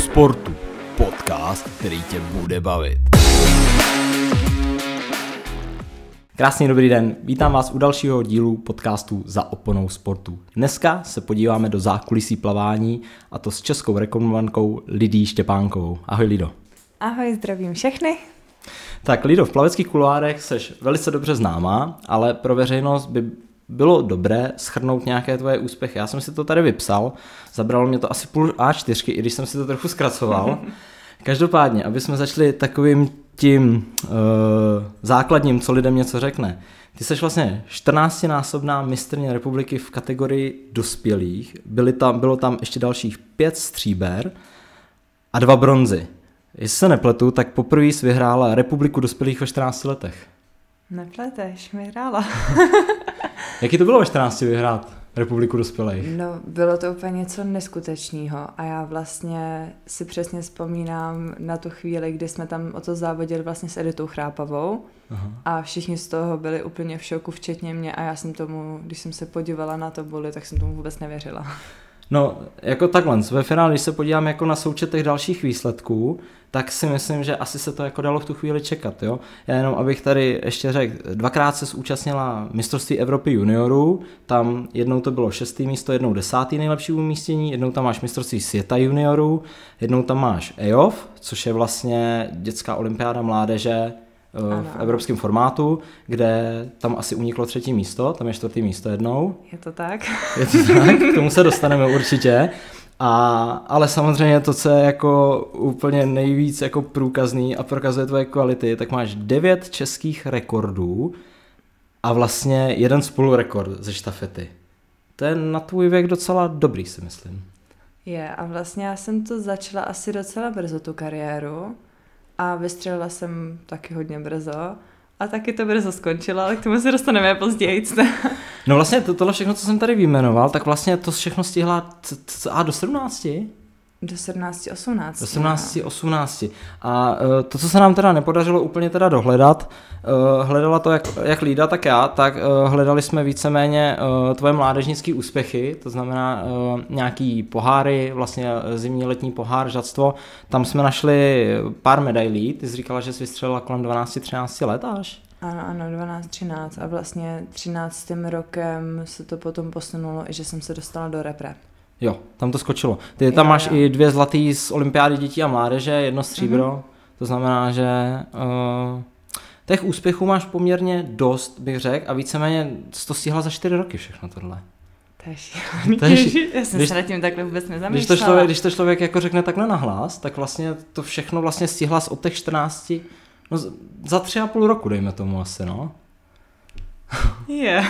sportu. Podcast, který tě bude bavit. Krásný dobrý den, vítám vás u dalšího dílu podcastu Za oponou sportu. Dneska se podíváme do zákulisí plavání, a to s českou rekordmankou Lidí Štěpánkovou. Ahoj Lido. Ahoj, zdravím všechny. Tak Lido, v plaveckých kuloárech seš velice dobře známá, ale pro veřejnost by bylo dobré shrnout nějaké tvoje úspěchy. Já jsem si to tady vypsal, zabralo mě to asi půl A4, i když jsem si to trochu zkracoval. Každopádně, aby jsme začali takovým tím základním, co lidem něco řekne. Ty jsi vlastně 14násobná mistryně republiky v kategorii dospělých, bylo tam ještě dalších 5 stříber a 2 bronzy. Jestli se nepletu, tak poprvé jsi vyhrála republiku dospělých ve 14 letech. Nepleteš, vyhrála. Jaký to bylo ve 14 vyhrát republiku dospělých? No, bylo to úplně něco neskutečného a já vlastně si přesně vzpomínám na tu chvíli, kdy jsme tam o to závodili vlastně s Editou Chrápavou. Aha. A všichni z toho byli úplně v šoku, včetně mě, a já jsem tomu, když jsem se podívala na to boli, tak jsem tomu vůbec nevěřila. No, jako takhle, ve finále, když se podívám jako na součet těch dalších výsledků, tak si myslím, že asi se to jako dalo v tu chvíli čekat, jo. Já jenom, abych tady ještě řekl, 2krát se zúčastnila mistrovství Evropy juniorů, tam jednou to bylo 6. místo, jednou 10. nejlepší umístění, jednou tam máš mistrovství světa juniorů, jednou tam máš EOF, což je vlastně dětská olympiáda mládeže v evropském formátu, kde tam asi uniklo 3. místo, tam je 4. místo jednou. Je to tak? Je to tak, k tomu se dostaneme určitě. Ale samozřejmě to, co je jako úplně nejvíc jako průkazný a prokazuje tvoje kvality, tak máš 9 českých rekordů a vlastně 1 spolurekord ze štafety. To je na tvůj věk docela dobrý, si myslím. Je, a vlastně já jsem to začala asi docela brzo, tu kariéru, a vystřelila jsem taky hodně brzo. A taky to brzo skončilo, ale k tomu se dostaneme později. No vlastně tohle všechno, co jsem tady vyjmenoval, tak vlastně to všechno stihla do 17? Do 17, 18. Do 17, 18. A to, co se nám teda nepodařilo úplně teda dohledat, hledala to jak Lída, tak já, tak hledali jsme víceméně tvoje mládežnické úspěchy, to znamená nějaký poháry, vlastně zimní letní pohár, žadstvo. Tam jsme našli pár medailí, ty jsi říkala, že jsi vystřelila kolem 12-13 let až? Ano, 12-13 a vlastně 13. rokem se to potom posunulo, i že jsem se dostala do repre. Jo, tam to skočilo. Ty tam máš i 2 zlatý z olympiády dětí a mládeže, 1 stříbro, to znamená, že těch úspěchů máš poměrně dost, bych řekl, a víceméně to stihla za 4 roky všechno tohle. To je šílený. Já jsem se nad tím takhle vůbec nezamýšlela. Když to člověk jako řekne takhle nahlas, tak vlastně to všechno vlastně stihla od těch 14, no za 3,5 roku, dejme tomu asi, no. Je.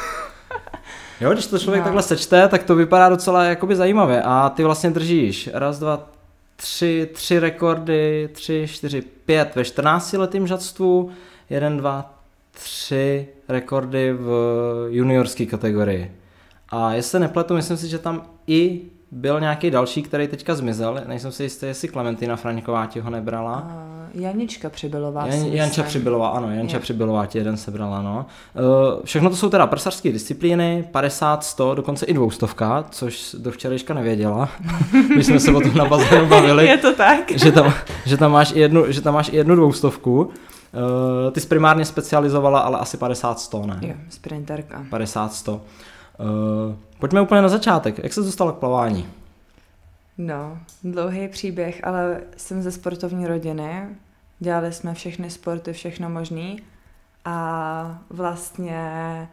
Jo, když to člověk takhle sečte, tak to vypadá docela jakoby zajímavě a ty vlastně držíš 1, 2, 3 rekordy, 3, 4, 5 ve 14letém žadstvu, 1, 2, 3 rekordy v juniorské kategorii. A jestli se nepletu, myslím si, že tam i byl nějaký další, který teďka zmizel, nejsem si jistý, jestli Klementina Fraňková ti ho nebrala. Janička Přibylová. Janča Přibylová, ano, Janča Přibylová ti jeden sebrala, no. Všechno to jsou teda prsařské disciplíny, 50, 100, dokonce i 200, což do včerejška nevěděla, když jsme se o tom na bazénu bavili. Je to tak. že tam máš i jednu 200. Ty jsi primárně specializovala, ale asi 50, 100, ne? Jo, sprinterka. 50, 100. Pojďme úplně na začátek. Jak se dostala k plavání? No, dlouhý příběh, ale jsem ze sportovní rodiny. Dělali jsme všechny sporty, všechno možný. A vlastně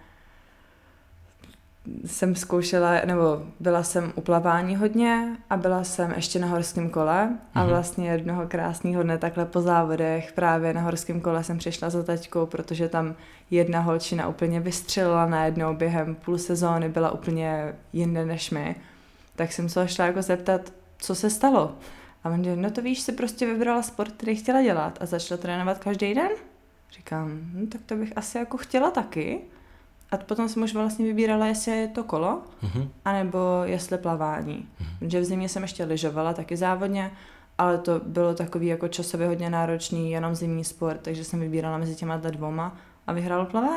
jsem zkoušela, nebo byla jsem u plavání hodně a byla jsem ještě na horském kole. A vlastně jednoho krásného dne takhle po závodech právě na horském kole jsem přišla za taťkou, protože tam jedna holčina úplně vystřelila najednou během půl sezóny, byla úplně jinde než my. Tak jsem se šla jako zeptat, co se stalo. A on říkal, no to víš, si prostě vybrala sport, který chtěla dělat a začala trénovat každý den. Říkám, tak to bych asi jako chtěla taky. A potom jsem už vlastně vybírala, jestli je to kolo, anebo jestli plavání. Protože v zimě jsem ještě lyžovala taky závodně, ale to bylo takový jako časově hodně náročný, jenom zimní sport, takže jsem vybírala mezi těma 2 a vyhrálo plavání.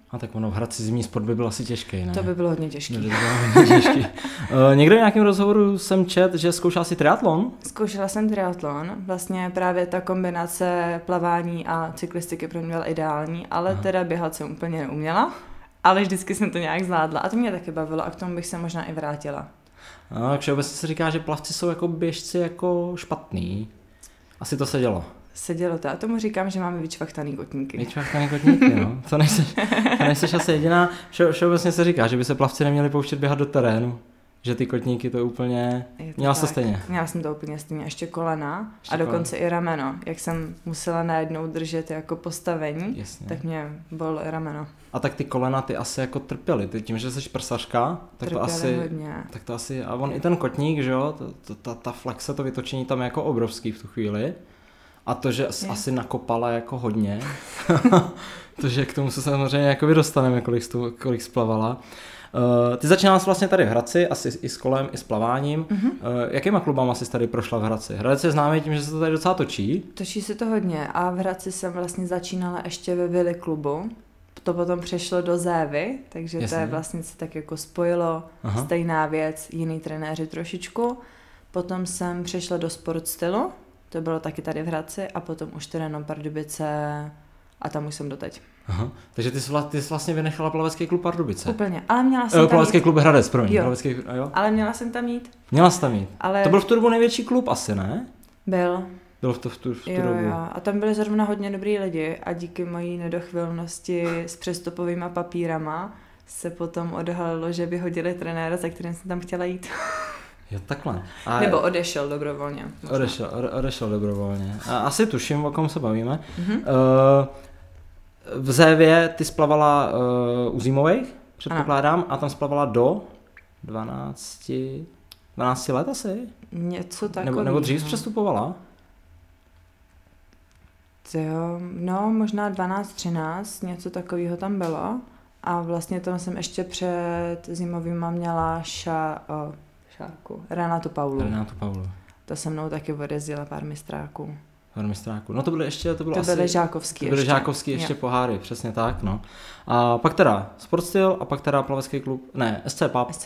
A tak ono v Hradci zimní sport by byl asi těžký, ne? To by bylo hodně těžké. To by bylo hodně těžký. Někde v nějakém rozhovoru jsem čet, že zkoušela si triatlon? Zkoušela jsem triatlon, vlastně právě ta kombinace plavání a cyklistiky pro mě byla ideální, ale teda běhat jsem úplně neuměla, ale vždycky jsem to nějak zvládla a to mě taky bavilo a k tomu bych se možná i vrátila. No, takže obecně se říká, že plavci jsou jako běžci jako špatný. Asi to se dělo. Sedělo to a tomu říkám, že máme vyčvachtaný kotníky. Vyčvachtaný kotníky, no. To nejseš asi jediná. Všeobecně se říká, že by se plavci neměli pouštět běhat do terénu. Že ty kotníky to úplně... Měla jsi to stejně. Měla jsem to úplně stejně, ještě kolena a dokonce i rameno. Jak jsem musela najednou držet jako postavení, Jasně. tak mě bolelo i rameno. A tak ty kolena ty asi jako trpěly. Ty tím, že jsi prsařka, tak to asi... hodně. Tak to asi... A on i ten kotník, že jo, ta flexe, to vytočení tam je jako obrovský v tu chvíli. A to, že asi nakopala jako hodně. To, že k tomu se samozřejmě jako dostaneme, kolik splavala. Ty začínala jsi vlastně tady v Hradci, asi i s kolem, i s plaváním. Jakýma klubama jsi tady prošla v Hradci? Hradec je známý tím, že se to tady docela točí. Točí se to hodně a v Hradci jsem vlastně začínala ještě ve Vili klubu. To potom přešlo do Zévy, takže Jasně. to je vlastně se tak jako spojilo. Aha. Stejná věc, jiný trenéři trošičku. Potom jsem přešla do Sport stylu, to bylo taky tady v Hradci a potom už teda jenom Pardubice a tam už jsem doteď. Aha. Takže ty jsi vlastně vynechala plavecký klub Pardubice. Úplně, ale měla jsem tam plavecký jít. klub Hradec, promiň. Jo. Jo. Ale měla jsem tam jít. Měla jsi tam jít. Ale... To byl v tu dobu největší klub asi, ne? Byl. Byl v tu Jo, dobu. jo. A tam byli zrovna hodně dobrý lidi a díky mojí nedochvilnosti s přestupovýma papírama se potom odhalilo, že vyhodili trenéra, za kterým jsem tam chtěla jít. Jo, takhle. Nebo odešel dobrovolně. Odešel dobrovolně. A asi tuším, o kom se bavíme. V Zévě ty splavala u Zimových, předpokládám, a tam splavala do 12 let asi? Něco takového. Nebo dřív přestupovala? Jo, no možná 12-13, něco takového tam bylo. A vlastně tam jsem ještě před Zimovýma měla Renátu Paulu. To se mnou taky odjezdila pár mistráků. No to byly žákovský ještě. To byly žákovský ještě poháry, přesně tak, no. A pak teda Sportstyl a pak teda plavecký klub, ne, SC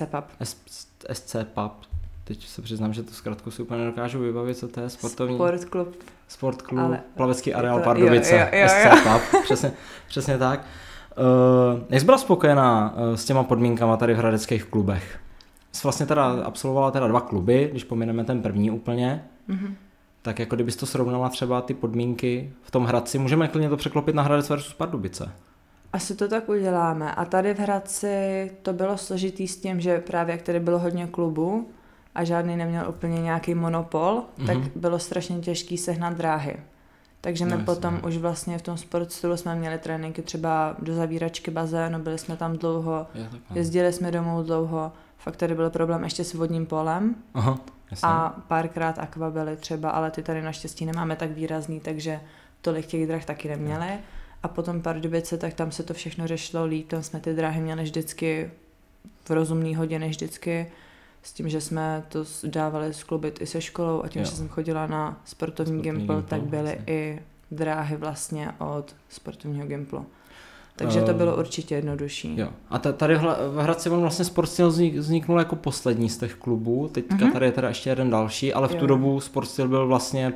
Pub. Teď se přiznám, že tu zkratku si úplně nedokážu vybavit, co to je sportovní... Sportklub, plavecký areál Pardubice, SC Pub, přesně tak. Jak jsi byla spokojená s těma podmínkama tady v hradeckých klubech? Jsi vlastně teda absolvovala teda 2 kluby, když pomineme ten první úplně. Tak jako kdybys to srovnala třeba ty podmínky v tom Hradci, můžeme klidně to překlopit na Hradec versus Pardubice. Asi to tak uděláme. A tady v Hradci to bylo složitý s tím, že právě jak tady bylo hodně klubů a žádný neměl úplně nějaký monopol, tak bylo strašně těžký sehnat dráhy. Takže my potom už vlastně v tom Sportstylu jsme měli tréninky třeba do zavíračky bazénu, byli jsme tam dlouho, jezdili jsme domů dlouho, fakt tady byl problém ještě s vodním polem. Aha. Jasně. A párkrát akvabely třeba, ale ty tady naštěstí nemáme tak výrazný, takže tolik těch drah taky neměli. A potom Pardubice, tak tam se to všechno řešilo líp, tam jsme ty dráhy měli vždycky v rozumný hodiny vždycky, s tím, že jsme to dávali sklubit i se školou a tím, že jsem chodila na sportovní gimpl, tak byly vlastně i dráhy vlastně od sportovního gimplu. Takže to bylo určitě jednodušší. Jo. A tady v Hradci vlastně Sportstyl vzniknul jako poslední z těch klubů, teďka tady je teda ještě jeden další, ale v tu dobu Sportstyl byl vlastně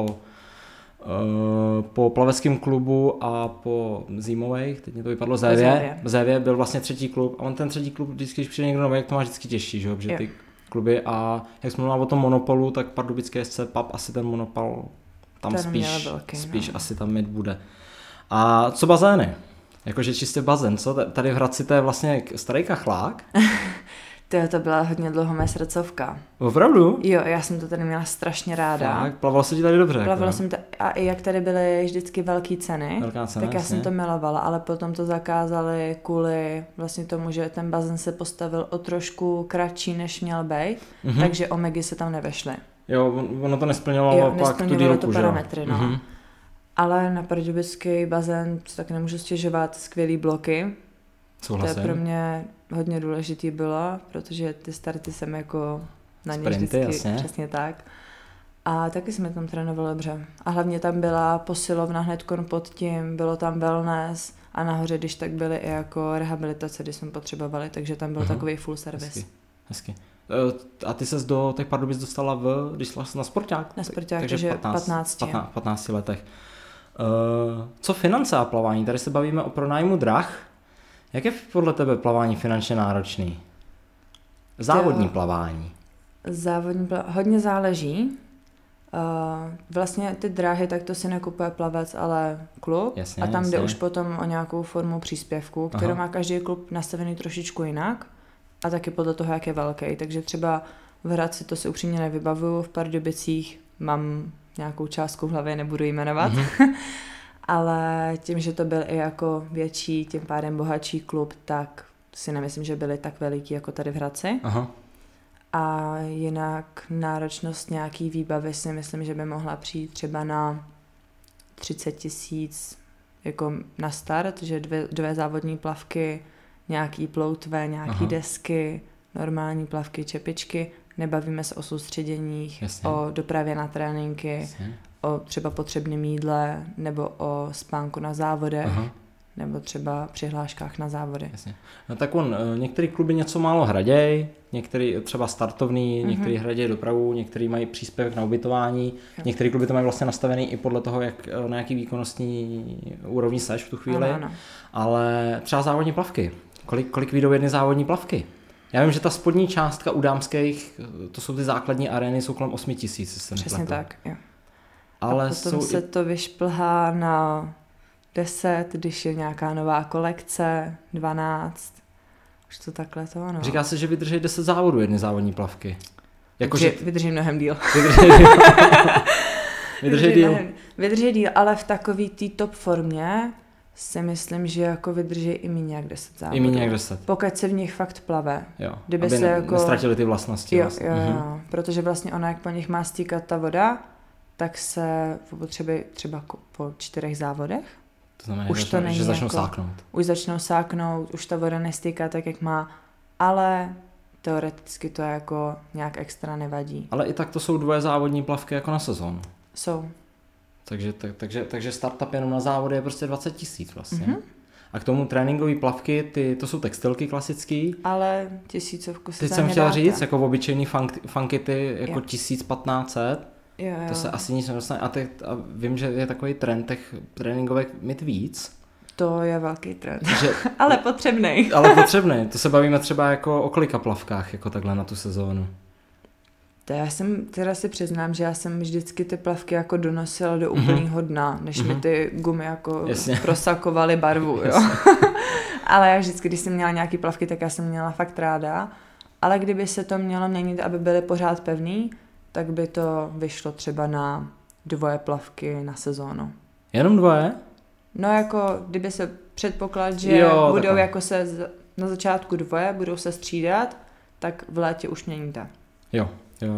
po plaveckém klubu a po Zimových, teď mě to vypadlo Zévě byl vlastně třetí klub a on ten třetí klub vždycky, když přijde někdo nový, jak to má vždycky těžší, že ty kluby a jak jsme mluvili o tom monopolu, tak Pardubický SC Pub asi ten monopol tam spíš asi tam mít bude. A co bazény? Jakože čistě bazén, co? Tady v Hradci to je vlastně starý kachlák. To byla hodně dlouho moje srdcovka. Opravdu? Jo, já jsem to tady měla strašně ráda. Tak, plavalo se ti tady dobře. Plavalo jsem to, a i jak tady byly vždycky velké ceny, tak já jsem to milovala, ale potom to zakázali kvůli vlastně tomu, že ten bazén se postavil o trošku kratší, než měl být, takže omegy se tam nevešly. Jo, ono to nesplňovalo pak tu dílku, to parametry, no. Ale na pardubický bazén tak nemůžu stěžovat, skvělý bloky. Souhlasím. To je pro mě hodně důležitý bylo, protože ty starty jsem jako na ně Sprinty, vždycky, jasně. přesně tak. A taky jsme tam trénovali dobře. A hlavně tam byla posilovna hned pod tím, bylo tam wellness a nahoře, když tak byly i jako rehabilitace, když jsme potřebovali, takže tam byl takový full service. Hezky. A ty ses do těch Pardubic dostala když šla na sporták? Na sporták, takže 15 letech. Co finance a plavání? Tady se bavíme o pronájmu drah. Jak je podle tebe plavání finančně náročný? Závodní plavání. Hodně záleží. Vlastně ty dráhy, tak to si nekupuje plavec, ale klub. Jasně, a tam jde už potom o nějakou formu příspěvku, kterou má každý klub nastavený trošičku jinak a taky podle toho, jak je velký. Takže třeba v Hradci to si upřímně nevybavuju, v Pardubicích mám nějakou částku v hlavě, nebudu ji jmenovat. Ale tím, že to byl i jako větší, tím pádem bohatší klub, tak si nemyslím, že byli tak veliký jako tady v Hradci. Aha. A jinak náročnost nějaký výbavy si myslím, že by mohla přijít třeba na 30 000 jako na start, že dvě závodní plavky, nějaký ploutve, nějaký desky, normální plavky, čepičky. Nebavíme se o soustředěních, o dopravě na tréninky, o třeba potřebném jídle, nebo o spánku na závodech, nebo třeba přihláškách na závody. Jasně. No tak některý kluby něco málo hraděj, některý třeba startovný, některý hraděj dopravu, některý mají příspěvek na ubytování, některý kluby to mají vlastně nastavený i podle toho, na jaký výkonnostní úrovni seš v tu chvíli. Ano. Ale třeba závodní plavky. Kolik vyjdou jedny závodní plavky? Já vím, že ta spodní částka u dámských, to jsou ty základní arény, jsou kolem 8 000. Přesně tak, jo. Ale a potom se to vyšplhá na 10, když je nějaká nová kolekce, 12, už to takhle to, no. Říká se, že vydrží 10 závodů jedny závodní plavky. Vydrží mnohem díl. Vydrží díl, ale v takový té top formě si myslím, že jako vydrží i méně jak 10 závodů. I méně jak 10. Pokud se v nich fakt plave. Jo, kdyby aby se jako nestratili ty vlastnosti. Jo, protože vlastně ona, jak po nich má stíkat ta voda, tak se potřebuje třeba po 4 závodech. To znamená, už to že začnou jako, sáknout. Už začnou sáknout, už ta voda nestýká tak, jak má, ale teoreticky to jako nějak extra nevadí. Ale i tak to jsou 2 závodní plavky jako na sezónu. Jsou. Takže startup jenom na závody je prostě 20 000 vlastně. A k tomu tréninkové plavky, to jsou textilky klasický. Ale 1000 si teď jsem chtěla říct, jako obyčejný funkity jako 1500. Jo. To se asi nic nedostane. A vím, že je takový trend těch tréninkovek mít víc. To je velký trend. Ale potřebnej. To se bavíme třeba jako o kolika plavkách, jako takhle na tu sezónu. To já jsem, teda si přiznám, že já jsem vždycky ty plavky jako donosila do úplného dna, než mi ty gumy jako prosakovaly barvu, jo. Ale já vždycky, když jsem měla nějaký plavky, tak já jsem měla fakt ráda. Ale kdyby se to mělo měnit, aby byly pořád pevný, tak by to vyšlo třeba na 2 plavky na sezónu. Jenom 2? No jako, kdyby se předpoklad, že budou takhle. Jako se na začátku 2, budou se střídat, tak v létě už měníte. Jo.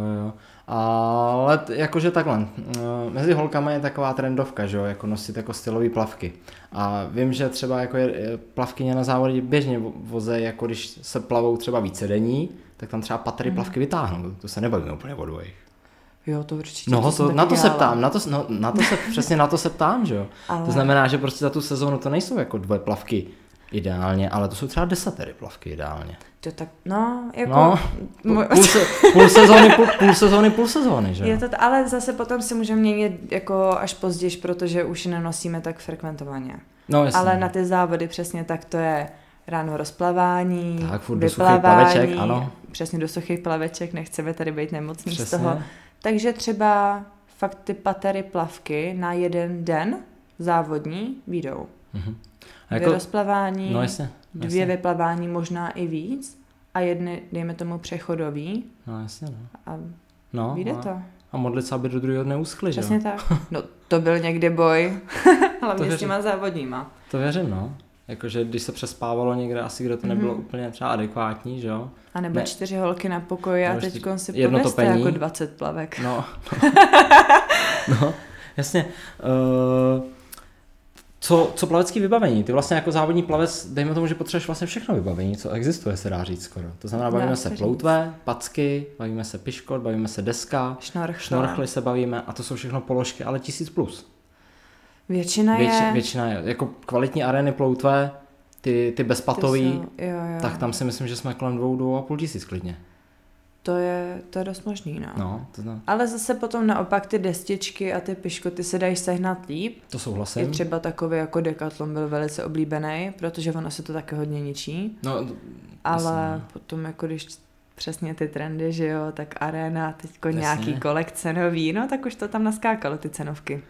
Ale jakože takhle, mezi holkama je taková trendovka, že jo, jako nosit jako stylové plavky. A vím, že třeba jako plavkyně na závodě běžně voze, jako když se plavou třeba vícedenní, tak tam třeba patry plavky vytáhnou. To se nebavíme úplně o 2. Jo, to určitě. No, na to se ptám, přesně na to se ptám, že jo. Ale... To znamená, že prostě za tu sezónu to nejsou jako 2 plavky ideálně, ale to jsou třeba 10 plavky ideálně. To tak, jako... Půl sezóny, že jo. Je to, ale zase potom si můžeme měnit jako až později, protože už nenosíme tak frekventovaně. No, jasně. Ale na ty závody přesně tak to je ráno rozplavání, tak, furt do suchých plaveček, ano. Přesně do suchých plaveček, nechceme tady být nemocný z toho. Takže třeba fakt ty patery plavky na jeden den závodní vyjdou. Jako, 2 rozplavání, no jasně. 2 vyplavání, možná i víc a jedny, dejme tomu, přechodový. No jasně, A vyjde to. A modlit se, aby do druhého dne uschli, že jo? Přesně tak. No to byl někdy boj, hlavně s těma závodníma. To věřím, no. Jakože když se přespávalo někde asi, kde to nebylo úplně třeba adekvátní, že jo? A nebo 4 holky na pokoji a teďkon si pověste jako 20 plavek. No, jasně. Co plavecký vybavení? Ty vlastně jako závodní plavec, dejme tomu, že potřebuješ vlastně všechno vybavení, co existuje, se dá říct skoro. To znamená, bavíme se ploutve, packy, bavíme se piškot, bavíme se deska, šnorchly se bavíme a to jsou všechno položky, ale 1000 plus. Většina je. Jako kvalitní arény ploutve, ty bezpatový, tak tam si myslím, že jsme kolem 2,5 tisíc klidně. To je dost možný, no. To znamená. Ale zase potom naopak ty destičky a ty piškoty se dají sehnat líp. To souhlasím. I třeba takový jako Decathlon byl velice oblíbený, protože ono se to taky hodně ničí. Ale potom jako když přesně ty trendy, že jo, tak Arena, teďko nějaký kolekce nový, no tak už to tam naskákalo ty cenovky.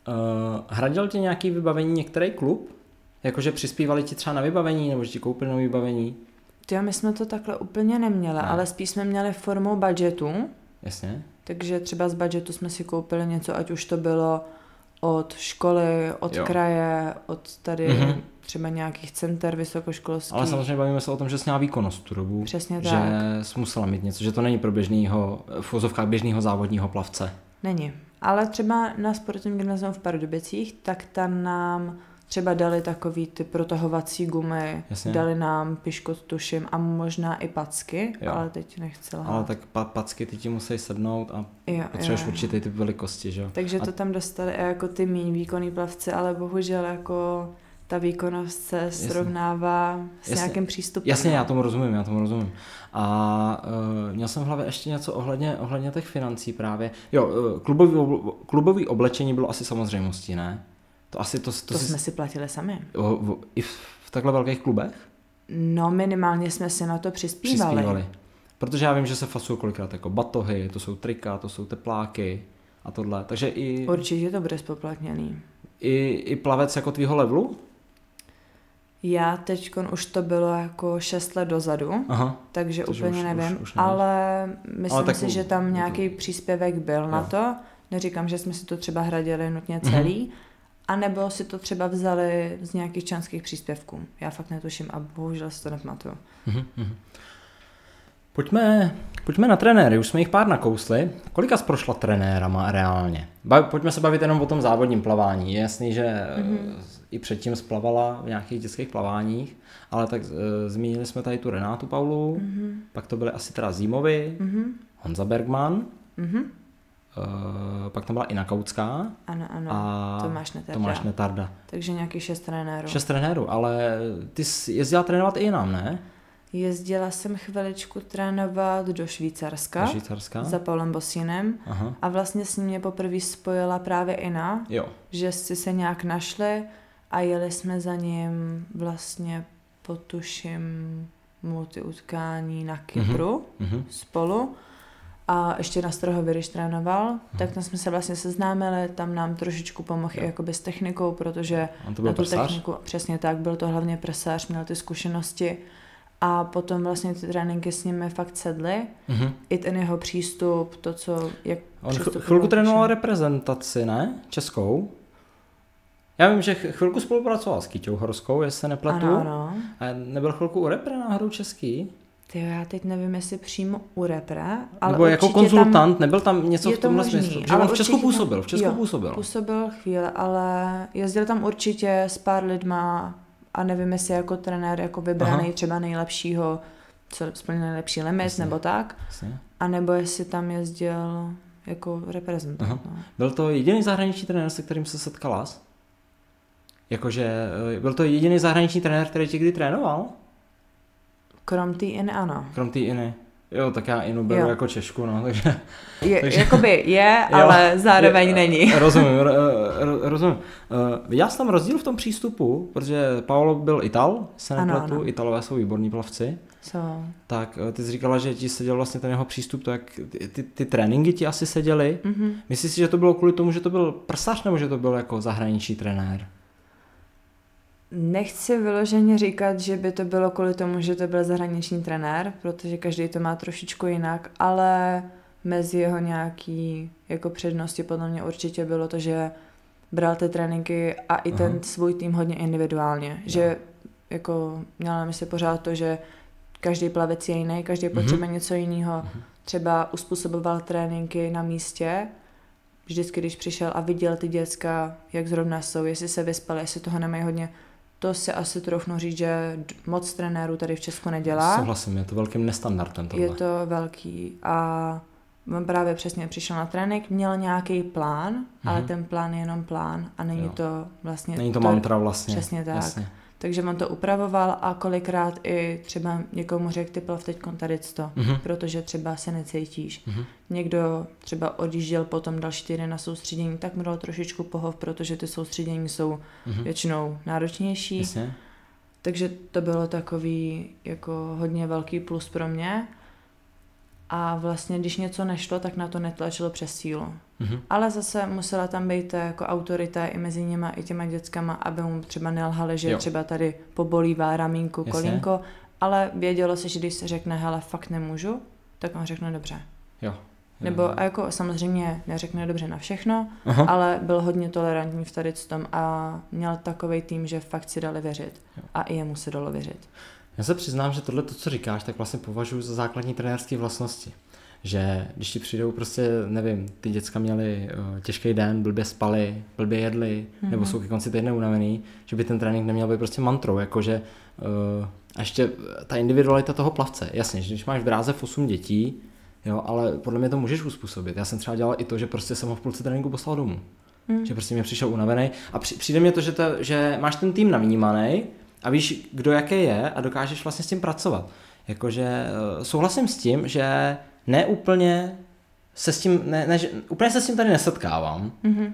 Hradil ti nějaký vybavení některý klub? Jakože přispívali ti třeba na vybavení, nebo že ti koupili na vybavení? My jsme to takhle úplně neměli, ale spíš jsme měli formou budgetu. Jasně. Takže třeba z budgetu jsme si koupili něco, ať už to bylo od školy, od kraje, od tady třeba nějakých center vysokoškolských. Ale samozřejmě bavíme se o tom, že jsi měla výkonnost tu dobu. Přesně že tak. Že jsi musela mít něco, že to není pro v uvozovkách běžného závodního plavce. Není. Ale třeba na sportovním gymnáziu v Pardubicích, tak tam nám třeba dali takový ty protahovací gumy, dali nám piškot, tuším, a možná i packy, ale teď nechci lhát. Ale tak packy ty ti musí sednout a potřebuješ určitý typ velikosti, že jo? Takže to tam dostali jako ty míň výkonný plavci, ale bohužel jako ta výkonnost se srovnává s nějakým přístupem. Jasně, já tomu rozumím. A měl jsem v hlavě ještě něco ohledně těch financí právě. Jo, klubový oblečení bylo asi samozřejmostí, ne? To jsme si platili sami. I v takhle velkých klubech? No minimálně jsme si na to přispívali. Protože já vím, že se fasují kolikrát jako batohy, to jsou trika, to jsou tepláky a tohle. Takže i... Určitě to bude spoplatněný. I plavec jako tvýho levelu? Já teďkon už to bylo jako 6 let dozadu, takže úplně nevím, už ale myslím si, že tam nějaký příspěvek byl na to. Neříkám, že jsme si to třeba hradili nutně celý, anebo si to třeba vzali z nějakých členských příspěvků. Já fakt netuším a bohužel si to nepamatuju. Pojďme na trenéry, už jsme jich pár nakousli. Kolika jsi prošla trenérama reálně? Pojďme se bavit jenom o tom závodním plavání. Je jasný, že i předtím splavala v nějakých dětských plaváních, ale tak zmínili jsme tady tu Renátu Paulu, pak to byly asi teda Zímovi, Honza Bergman, pak tam byla Ina Kautská. Ano, a Tomáš Netarda. Takže nějakých 6 trenérů. 6 trenérů, ale ty jsi jezdila trénovat i jinam, ne? Jezdila jsem chviličku trénovat do Švýcarska. Za Paulem Bosinem. A vlastně s ním mě poprvé spojila právě Ina, že si se nějak našli a jeli jsme za ním vlastně potuším multiutkání na Kypru spolu. A ještě na Strahově, když trénoval, tak tam jsme se vlastně seznámili, tam nám trošičku pomohl i jakoby s technikou, protože na tu techniku, přesně tak, byl to hlavně presář, měl ty zkušenosti a potom vlastně ty tréninky s nimi fakt sedly, i ten jeho přístup, to, co... Jak on chvilku trénoval reprezentaci, ne? Českou. Já vím, že chvilku spolupracoval s Kyťou Horskou, jestli se nepletu. Ano. A nebyl chvilku u repre náhodou český? Já teď nevím, jestli přímo u repre, ale nebo jako konzultant, nebyl tam něco v tomhle smyslu? Že on v Česku působil, působil chvíli, ale jezdil tam určitě s pár lidma a nevím, jestli jako trenér jako vybraný třeba nejlepšího, co splnil nejlepší limit, nebo tak. A nebo jestli tam jezdil jako reprezentant. No. Byl to jediný zahraniční trenér, se kterým se setkala? Jakože byl to jediný zahraniční trenér, který tě kdy trénoval? Krom té Iny, ano. Krom té Iny. Jo, tak já Inu beru jako Češku, no, takže... Jakoby ale zároveň není. Rozumím. Viděl jsi tam rozdíl v tom přístupu, protože Paolo byl Ital, se nepletu, ano. Italové jsou výborní plavci. Tak ty jsi říkala, že ti seděl vlastně ten jeho přístup, to jak ty tréninky ti asi seděly. Myslíš si, že to bylo kvůli tomu, že to byl prsař, nebo že to byl jako zahraniční trenér? Nechci vyloženě říkat, že by to bylo kvůli tomu, že to byl zahraniční trenér, protože každý to má trošičku jinak, ale mezi jeho nějaký jako přednosti podle mě určitě bylo to, že bral ty tréninky a i ten svůj tým hodně individuálně, že jako měla na mysli pořád to, že každý plavec je jiný, každý potřebuje něco jiného, třeba uspůsoboval tréninky na místě vždycky, když přišel a viděl ty děcka, jak zrovna jsou, jestli se vyspali, jestli toho nemají hodně, to si asi troufnu říct, že moc trenérů tady v Česku nedělá. Souhlasím, je to velkým nestandardem tohle. Je to velký a on právě přesně přišel na trénink, měl nějaký plán, ale ten plán je jenom plán a není to vlastně... Není to mantra vlastně. Přesně tak. Jasně. Takže on to upravoval a kolikrát i třeba někomu řekl, ty plav teď tady to, protože třeba se necítíš. Někdo třeba odjížděl potom další týden na soustředění, tak mu dal trošičku pohov, protože ty soustředění jsou většinou náročnější. Jasně. Takže to bylo takový jako hodně velký plus pro mě. A vlastně, když něco nešlo, tak na to netlačilo přes sílu. Ale zase musela tam být jako autorita i mezi nima, i těma dětskama, aby mu třeba nelhali, že třeba tady pobolívá ramínku, kolínko, ale vědělo se, že když se řekne, hele, fakt nemůžu, tak on řekne dobře. Nebo jako samozřejmě neřekne dobře na všechno, ale byl hodně tolerantní v tady tom a měl takovej tým, že fakt si dali věřit. A i jemu se dalo věřit. Já se přiznám, že tohle, to, co říkáš, tak vlastně považuji za základní trenérské vlastnosti. Že když ti přijdou prostě, nevím, ty děcka měli těžký den, blbě spali, blbě jedli, nebo jsou ke konci týdne unavený, že by ten trénink neměl být prostě mantrou, jakože a ještě ta individualita toho plavce. Jasně, že když máš v dráze 8 dětí, jo, ale podle mě to můžeš uspůsobit. Já jsem třeba dělal i to, že prostě jsem ho v půlce tréninku poslal domů. Že prostě mě přišel unavený a přijde mě to, že máš ten tým navnímaný, a víš, kdo jaký je a dokážeš vlastně s tím pracovat. Jakože souhlasím s tím, že ne úplně se s tím, úplně se s tím tady nesetkávám.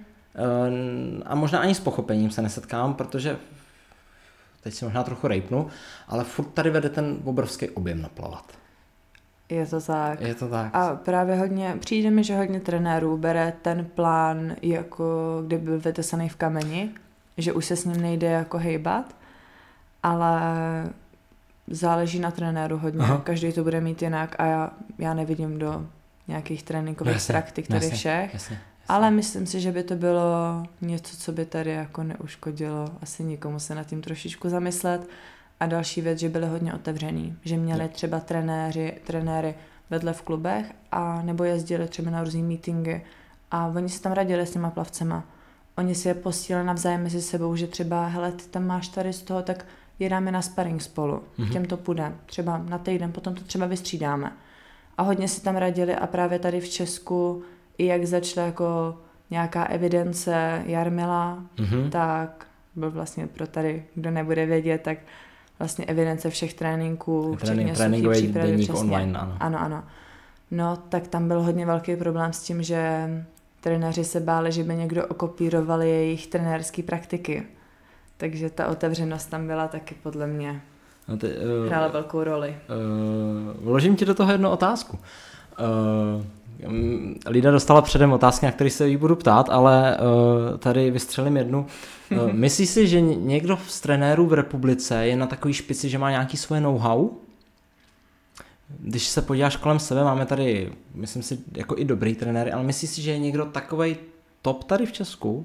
A možná ani s pochopením se nesetkávám, protože teď si možná trochu rejpnu, ale furt tady vede ten obrovský objem naplavat. Je to tak. Je to tak. A právě přijde mi, že hodně trenérů bere ten plán, jako kdyby byl vytesaný v kameni, že už se s ním nejde jako hejbat. Ale záleží na trenéru hodně. Každý to bude mít jinak a já nevidím do nějakých tréninkových praktik tady všech. Jasně. Ale myslím si, že by to bylo něco, co by tady jako neuškodilo asi nikomu se nad tím trošičku zamyslet. A další věc, že byli hodně otevřený. Že měli třeba trenéry vedle v klubech a nebo jezdili třeba na různý meetingy a oni se tam radili s těma plavcema. Oni si je posílali navzájem mezi sebou, že třeba, hele, ty tam máš tady z toho, tak jedáme na sparring spolu, těm to půjde, třeba na týden, potom to třeba vystřídáme. A hodně si tam radili a právě tady v Česku, i jak začala jako nějaká evidence Jarmila, tak byl vlastně pro tady, kdo nebude vědět, tak vlastně evidence všech tréninků, včetně suchý přípravy, přesně. Online, ano. No, tak tam byl hodně velký problém s tím, že trenéři se báli, že by někdo okopíroval jejich trenérské praktiky. Takže ta otevřenost tam byla taky podle mě. Hrála velkou roli. Vložím ti do toho jednu otázku. Lída dostala předem otázky, na které se jí budu ptát, ale tady vystřelím jednu. Myslíš si, že někdo z trenérů v republice je na takový špici, že má nějaký svoje know-how? Když se podíváš kolem sebe, máme tady, myslím si, jako i dobrý trenéry, ale myslíš si, že je někdo takovej top tady v Česku?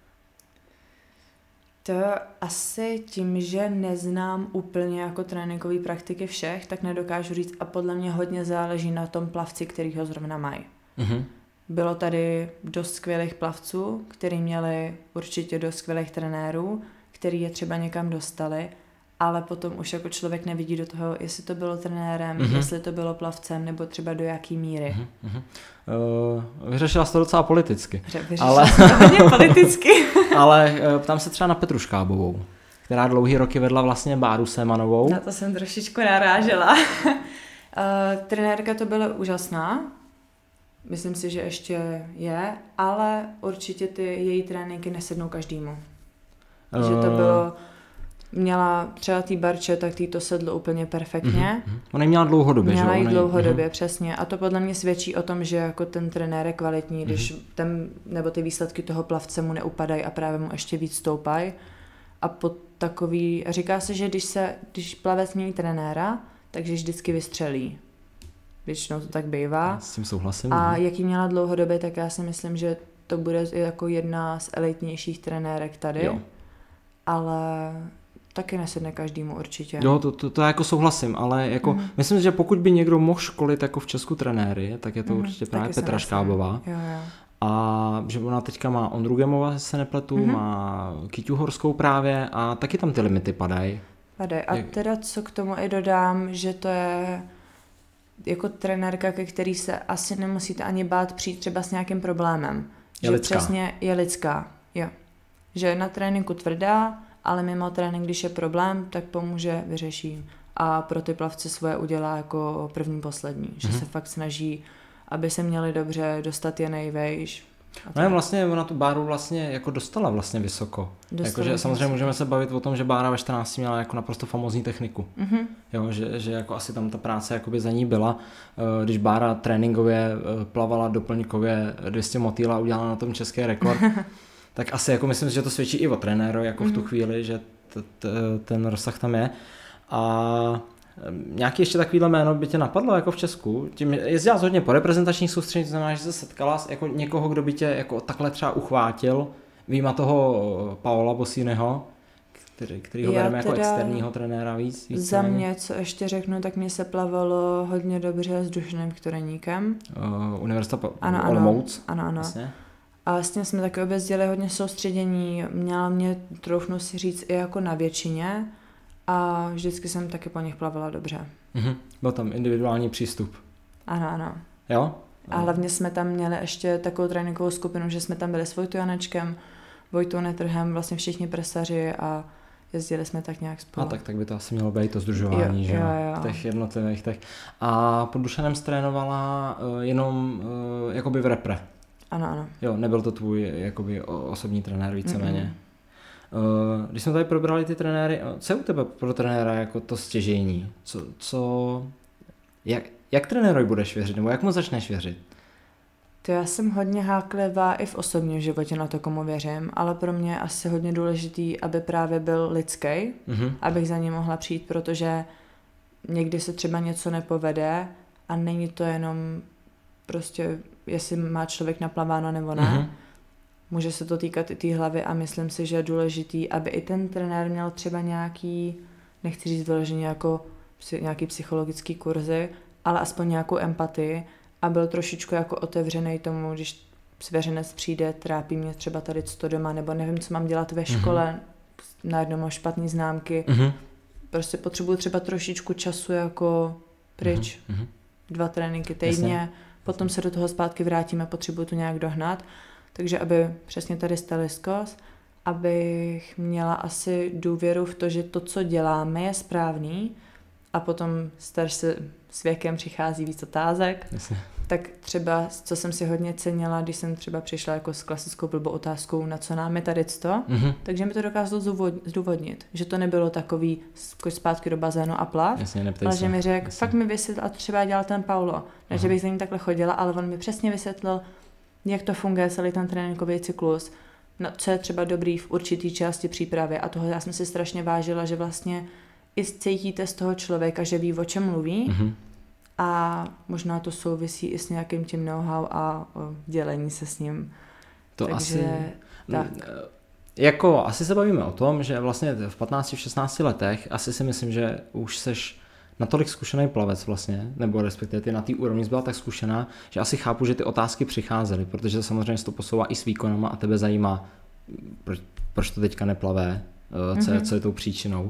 To asi tím, že neznám úplně jako tréninkové praktiky všech, tak nedokážu říct a podle mě hodně záleží na tom plavci, který ho zrovna mají. Bylo tady dost skvělých plavců, kteří měli určitě dost skvělých trenérů, který je třeba někam dostali, ale potom už jako člověk nevidí do toho, jestli to bylo trenérem, jestli to bylo plavcem, nebo třeba do jaký míry. Vyřešila jsi to docela politicky. Vyřešila jsem to hodně politicky. Ale ptám se třeba na Petru Škábovou, která dlouhý roky vedla vlastně Báru Sémanovou. Na to jsem trošičku narážela. Trenérka to byla úžasná. Myslím si, že ještě je, ale určitě ty její tréninky nesednou každému. Že to bylo... Měla třeba tý Barče, tak tý to sedlo úplně perfektně. Ona ji měla dlouhodobě, že? Měla ji dlouhodobě, přesně. A to podle mě svědčí o tom, že jako ten trenér je kvalitní, když nebo ty výsledky toho plavce mu neupadají a právě mu ještě víc stoupají. A pod takový, říká se, že když plavec mění trenéra, takže vždycky vystřelí. Většinou to tak bývá. Já s tím souhlasím. A jak ji měla dlouhodobě, tak já si myslím, že to bude jako jedna z elitnějších trenérek tady. Jo. Ale taky nesedne každému určitě. Jo, to jako souhlasím, ale jako myslím, že pokud by někdo mohl školit jako v Česku trenéry, tak je to určitě právě Petra Škábová. Jo. A že ona teďka má Ondru Gemova, se nepletu, má Kyťu Horskou právě a taky tam ty limity padají. A teda co k tomu i dodám, že to je jako trenérka, ke který se asi nemusíte ani bát přijít třeba s nějakým problémem. Je že lidská. Přesně je lidská, jo. Že je na tréninku tvrdá, ale mimo trénink, když je problém, tak pomůže, vyřeší. A pro ty plavce svoje udělá jako první, poslední. Že se fakt snaží, aby se měli dobře, dostat je nejvejš. No vlastně ona tu Báru vlastně jako dostala vlastně vysoko. Jakože samozřejmě můžeme se bavit o tom, že Bára ve 14 měla jako naprosto famózní techniku. Jo, že jako asi tam ta práce jakoby za ní byla. Když Bára tréninkově plavala doplňkově 200 motýla a udělala na tom český rekord, tak asi jako myslím, že to svědčí i o trenéru jako v tu chvíli, že ten rozsah tam je. A nějaký ještě takovýhle jméno by tě napadlo jako v Česku? Tím jezdila hodně po reprezentačních soustředěních, to znamená, že se setkala s jako někoho, kdo by tě jako takhle třeba uchvátil, výjima toho Paola Bosínyho, který ho bereme jako externího trenéra víc za mě, co ještě řeknu, tak mě se plavalo hodně dobře s Dušanem Ktoreníkem. Univerzita Olomouc. Ano. Vlastně. A vlastně jsme taky objezdili hodně soustředění, měla mě, troufnu si říct, i jako na většině a vždycky jsem taky po nich plavala dobře. Byl tam individuální přístup. Ano. Jo? A hlavně jsme tam měli ještě takovou tréninkovou skupinu, že jsme tam byli s Vojtou Janečkem, Vojtou Netrhem, vlastně všichni presaři a jezdili jsme tak nějak spolu. A tak by to asi mělo být to sdružování, že jo. Těch jednotlivých. Tak. A pod Dušanem trénovala jenom jakoby v repre. Ano. Jo, nebyl to tvůj jakoby osobní trenér víceméně. Když jsme tady probrali ty trenéry, co je u tebe pro trenéra jako to stěžejní? Jak trenérovi budeš věřit, nebo jak mu začneš věřit? To já jsem hodně háklivá i v osobním životě na to, komu věřím, ale pro mě je asi hodně důležitý, aby právě byl lidský, abych za ním mohla přijít, protože někdy se třeba něco nepovede a není to jenom prostě, jestli má člověk naplaváno nebo ne. Může se to týkat i té hlavy a myslím si, že je důležitý, aby i ten trenér měl třeba nějaký, nechci říct vyloženě jako nějaký psychologický kurzy, ale aspoň nějakou empatii a byl trošičku jako otevřený tomu, když svěřenec přijde, trápí mě třeba tady to doma, nebo nevím, co mám dělat ve škole, najednou mám špatný známky. Prostě potřebuju třeba trošičku času jako pryč, 2 tréninky týdně, potom se do toho zpátky vrátíme, potřebuju to nějak dohnat. Takže aby přesně tady staliskos, abych měla asi důvěru v to, že to, co děláme, je správný a potom se s věkem přichází víc otázek. Jasně. Tak třeba, co jsem si hodně cenila, když jsem třeba přišla jako s klasickou blbou otázkou, na co nám je tady to, takže mi to dokázalo zdůvodnit, že to nebylo takový skoč zpátky do bazénu a plav, ale že mi řekl, fakt mi vysvětlil, a třeba dělal ten Paulo, ne, že bych za ním takhle chodila, ale on mi přesně vysvětlil, jak to funguje celý ten tréninkový cyklus, co je třeba dobrý v určitý části přípravy a toho já jsem si strašně vážila, že vlastně i cítíte z toho člověka, že ví, o čem mluví a možná to souvisí i s nějakým tím know-how a dělení se s ním. To takže asi... tak. Jako asi se bavíme o tom, že vlastně v 15-16 letech asi si myslím, že už seš natolik zkušený plavec vlastně, nebo respektive ty na té úrovni byla tak zkušená, že asi chápu, že ty otázky přicházely, protože samozřejmě se to posouvá i s výkonama a tebe zajímá, proč to teďka neplavé, co je tou příčinou.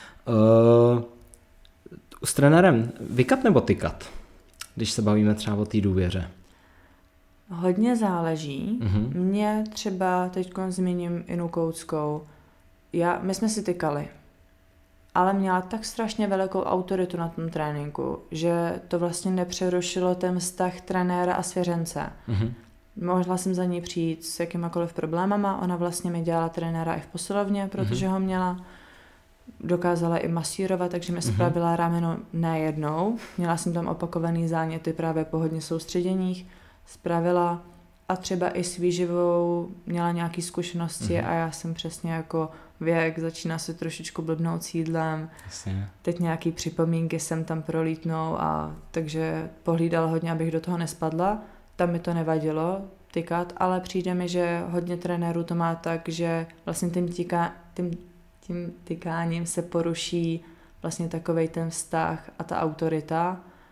S trenérem vykat nebo tykat, když se bavíme třeba o té důvěře? Hodně záleží. Mě třeba teď zmíním Inu Kouckou. My jsme si tykali, ale měla tak strašně velikou autoritu na tom tréninku, že to vlastně nepřerušilo ten vztah trenéra a svěřence. Mohla jsem za ní přijít s jakýmakoliv problémama, ona vlastně mi dělala trenéra i v posilovně, protože ho měla, dokázala i masírovat, takže mi spravila rameno ne jednou. Měla jsem tam opakovaný záněty právě po hodně soustředěních, spravila a třeba i s výživou měla nějaké zkušenosti a já jsem přesně jako věk, začíná se trošičku blbnout s jídlem. Jasně. Teď nějaký připomínky sem tam prolítnou a takže pohlídala hodně, abych do toho nespadla. Tam mi to nevadilo tykat, ale přijde mi, že hodně trenérů to má tak, že vlastně tím tykáním se poruší vlastně takovej ten vztah a ta autorita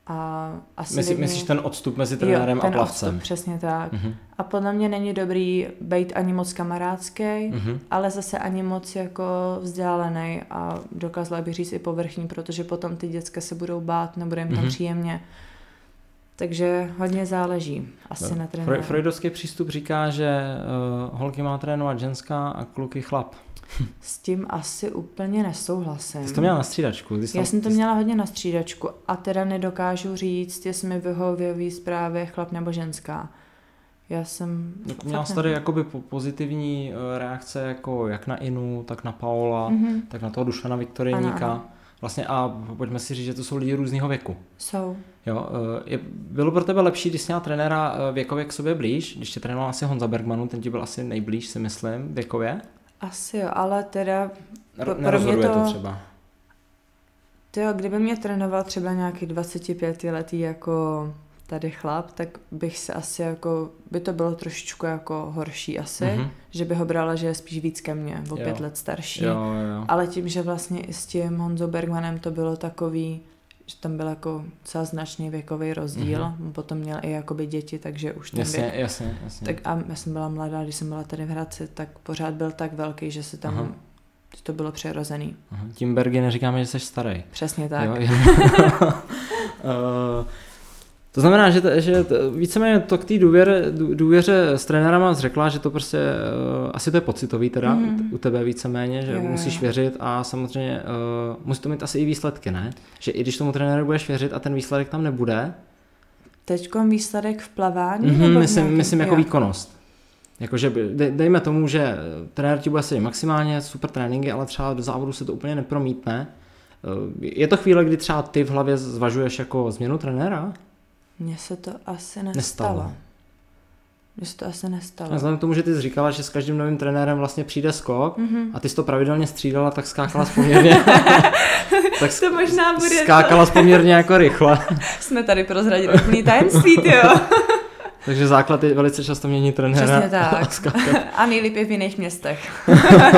A asi Myslíš ten odstup mezi trenérem a plavcem? Odstup, přesně tak. A podle mě není dobrý být ani moc kamarádský, ale zase ani moc jako vzdálený a dokázala bych říct i povrchní, protože potom ty děcka se budou bát, nebude jim tam příjemně. Takže hodně záleží asi na trenéru. Freudovský přístup říká, že holky má trénovat ženská a kluky chlap. S tím asi úplně nesouhlasím. Jsi to měla na střídačku? Já jsem to měla hodně na střídačku a teda nedokážu říct, jestli mi vyhovějí zprávy chlap nebo ženská. Já jsem... Měla jsi tady jakoby pozitivní reakce jako jak na Inu, tak na Paola, tak na toho Dušana Viktorijníka. Ano. Vlastně a pojďme si říct, že to jsou lidi různého věku. Jsou. Jo, bylo pro tebe lepší, když jsi měla trenéra věkově k sobě blíž, když tě trénoval asi Honza Bergmanu, ten ti byl asi nejblíž, si myslím, věkově? Asi jo, ale teda... Nerozhoduje to třeba. Tyjo, kdyby mě trénoval třeba nějaký 25letý jako tady chlap, tak bych se asi jako, by to bylo trošičku jako horší asi, že by ho brala, že je spíš víc ke mně, o 5 let starší. Jo. Ale tím, že vlastně i s tím Honzou Bergmanem to bylo takový, že tam byl jako celá značný věkový rozdíl, potom měl i jakoby děti, takže už ten věk. Jasně. Tak a já jsem byla mladá, když jsem byla tady v Hradci, tak pořád byl tak velký, že se tam to bylo přirozený. Tím Bergy neříkáme, že jsi starý. Přesně tak. Jo, to znamená, že víceméně to k té důvěře s trenérama řekla, že to prostě, asi to je pocitový teda u tebe víceméně, že musíš věřit a samozřejmě musí to mít asi i výsledky, ne? Že i když tomu trenéru budeš věřit a ten výsledek tam nebude. Teďkom výsledek v plavání? Myslím jako výkonnost. Jakože dejme tomu, že trenér ti bude sedět maximálně super tréninky, ale třeba do závodu se to úplně nepromítne. Je to chvíle, kdy třeba ty v hlavě zvažuješ jako změnu trenéra? Mně se to asi nestalo. Vzhledem k tomu, že ty jsi říkala, že s každým novým trenérem vlastně přijde skok a ty jsi to pravidelně střídala, tak skákala poměrně. Tak to možná bude. Skákala poměrně jako rychle. Jsme tady prozradili úplný tajemství, jo. Takže základ je velice často mění trenéra. Přesně tak. A nejlíp je v jiných městech.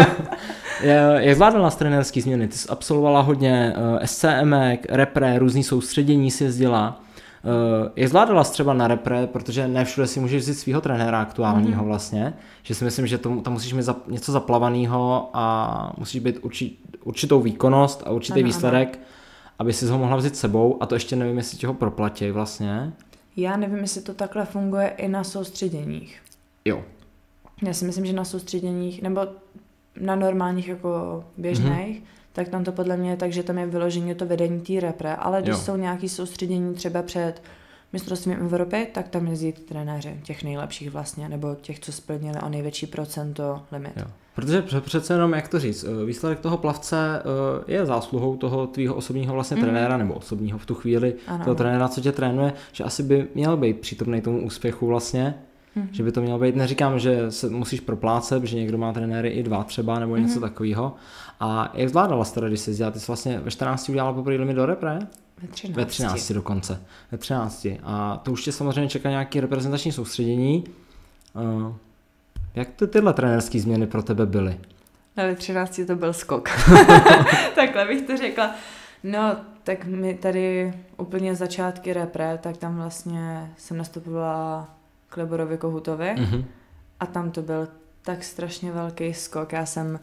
Jak zvládala trenérský změny? Ty jsi absolvovala hodně SCMek, repre, různý soustředění si jezdila. Jak zvládala jsi třeba na repre, protože ne všude si můžeš vzít svého trenéra aktuálního vlastně, že si myslím, že tam musíš mít něco zaplavanýho a musíš být určitou výkonnost a určitý výsledek, aby si ho mohla vzít sebou a to ještě nevím, jestli ti ho proplatí vlastně. Já nevím, jestli to takhle funguje i na soustředěních. Jo. Já si myslím, že na soustředěních, nebo na normálních jako běžných, tak tam to podle mě je tak, že tam je vyloženě to vedení té repre, ale když jsou nějaké soustředění třeba před mistrovstvím Evropy, tak tam jezdí trenéři těch nejlepších vlastně, nebo těch, co splnili o největší procento limit. Jo. Protože přece jenom, jak to říct, výsledek toho plavce je zásluhou toho tvýho osobního vlastně trenéra, nebo osobního v tu chvíli, toho trenéra, co tě trénuje, že asi by měl být přítomný tomu úspěchu vlastně, že by to mělo být, neříkám, že se musíš proplácet, že někdo má trenéry i 2 třeba, nebo něco takového. A jak zvládala jsi teda, když jsi dělala? Ty jsi vlastně ve 14 udělala poprvé limit do repre? Ve 13 dokonce. Ve 13. A to už tě samozřejmě čeká nějaké reprezentační soustředění. Jak tyhle trenérské změny pro tebe byly? No, ve 13 to byl skok. Takhle bych to řekla. No, tak mi tady úplně začátky repre, tak tam vlastně jsem nastupovala k Liborovi Kohutovi a tam to byl tak strašně velký skok. Já jsem,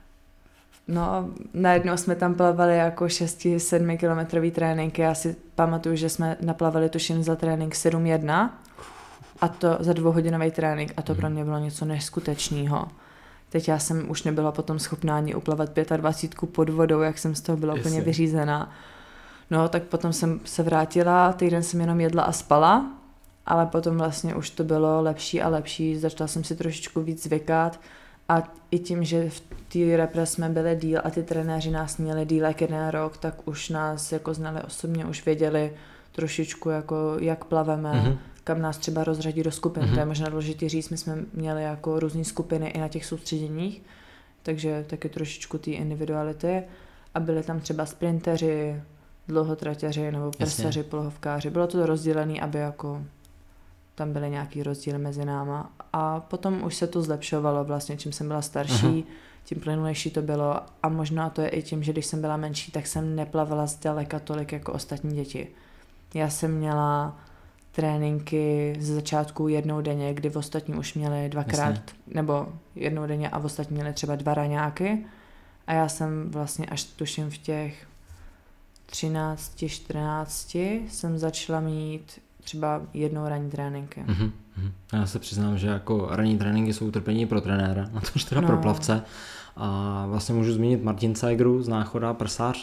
najednou jsme tam plavali jako 6-7 kilometrový tréninky. Já si pamatuju, že jsme naplavali tuším za trénink 7:1 a to za 2hodinový trénink a to pro mě bylo něco neskutečného. Teď já jsem už nebyla potom schopná ani uplavat 25 pod vodou, jak jsem z toho byla úplně vyřízená. No, tak potom jsem se vrátila, týden jsem jenom jedla a spala, ale potom vlastně už to bylo lepší a lepší, začala jsem si trošičku víc zvykat a i tím, že v té repre jsme byli díl a ty trenéři nás měli díl jak 1 rok, tak už nás jako znali osobně, už věděli trošičku jako jak plaveme, kam nás třeba rozřadí do skupin. To je možná důležité říct, my jsme měli jako různé skupiny i na těch soustředěních, takže taky trošičku té individuality a byli tam třeba sprinteři, dlouhotratěři nebo prsaři, polohovkáři. Bylo to rozdělené, aby jako tam byly nějaký rozdíly mezi náma a potom už se to zlepšovalo vlastně, čím jsem byla starší, tím plynulejší to bylo a možná to je i tím, že když jsem byla menší, tak jsem neplavala zdaleka tolik jako ostatní děti. Já jsem měla tréninky ze začátku jednou denně, kdy v ostatní už měli dvakrát, nebo jednou denně a v ostatní měli třeba 2 raňáky. A já jsem vlastně až tuším v těch 13, 14 jsem začala mít třeba jednou ranní tréninky. Já se přiznám, že jako ranní tréninky jsou utrpení pro trenéra, na to teda pro plavce. A vlastně můžu zmínit Martin Cajgru z Náchoda, prsař.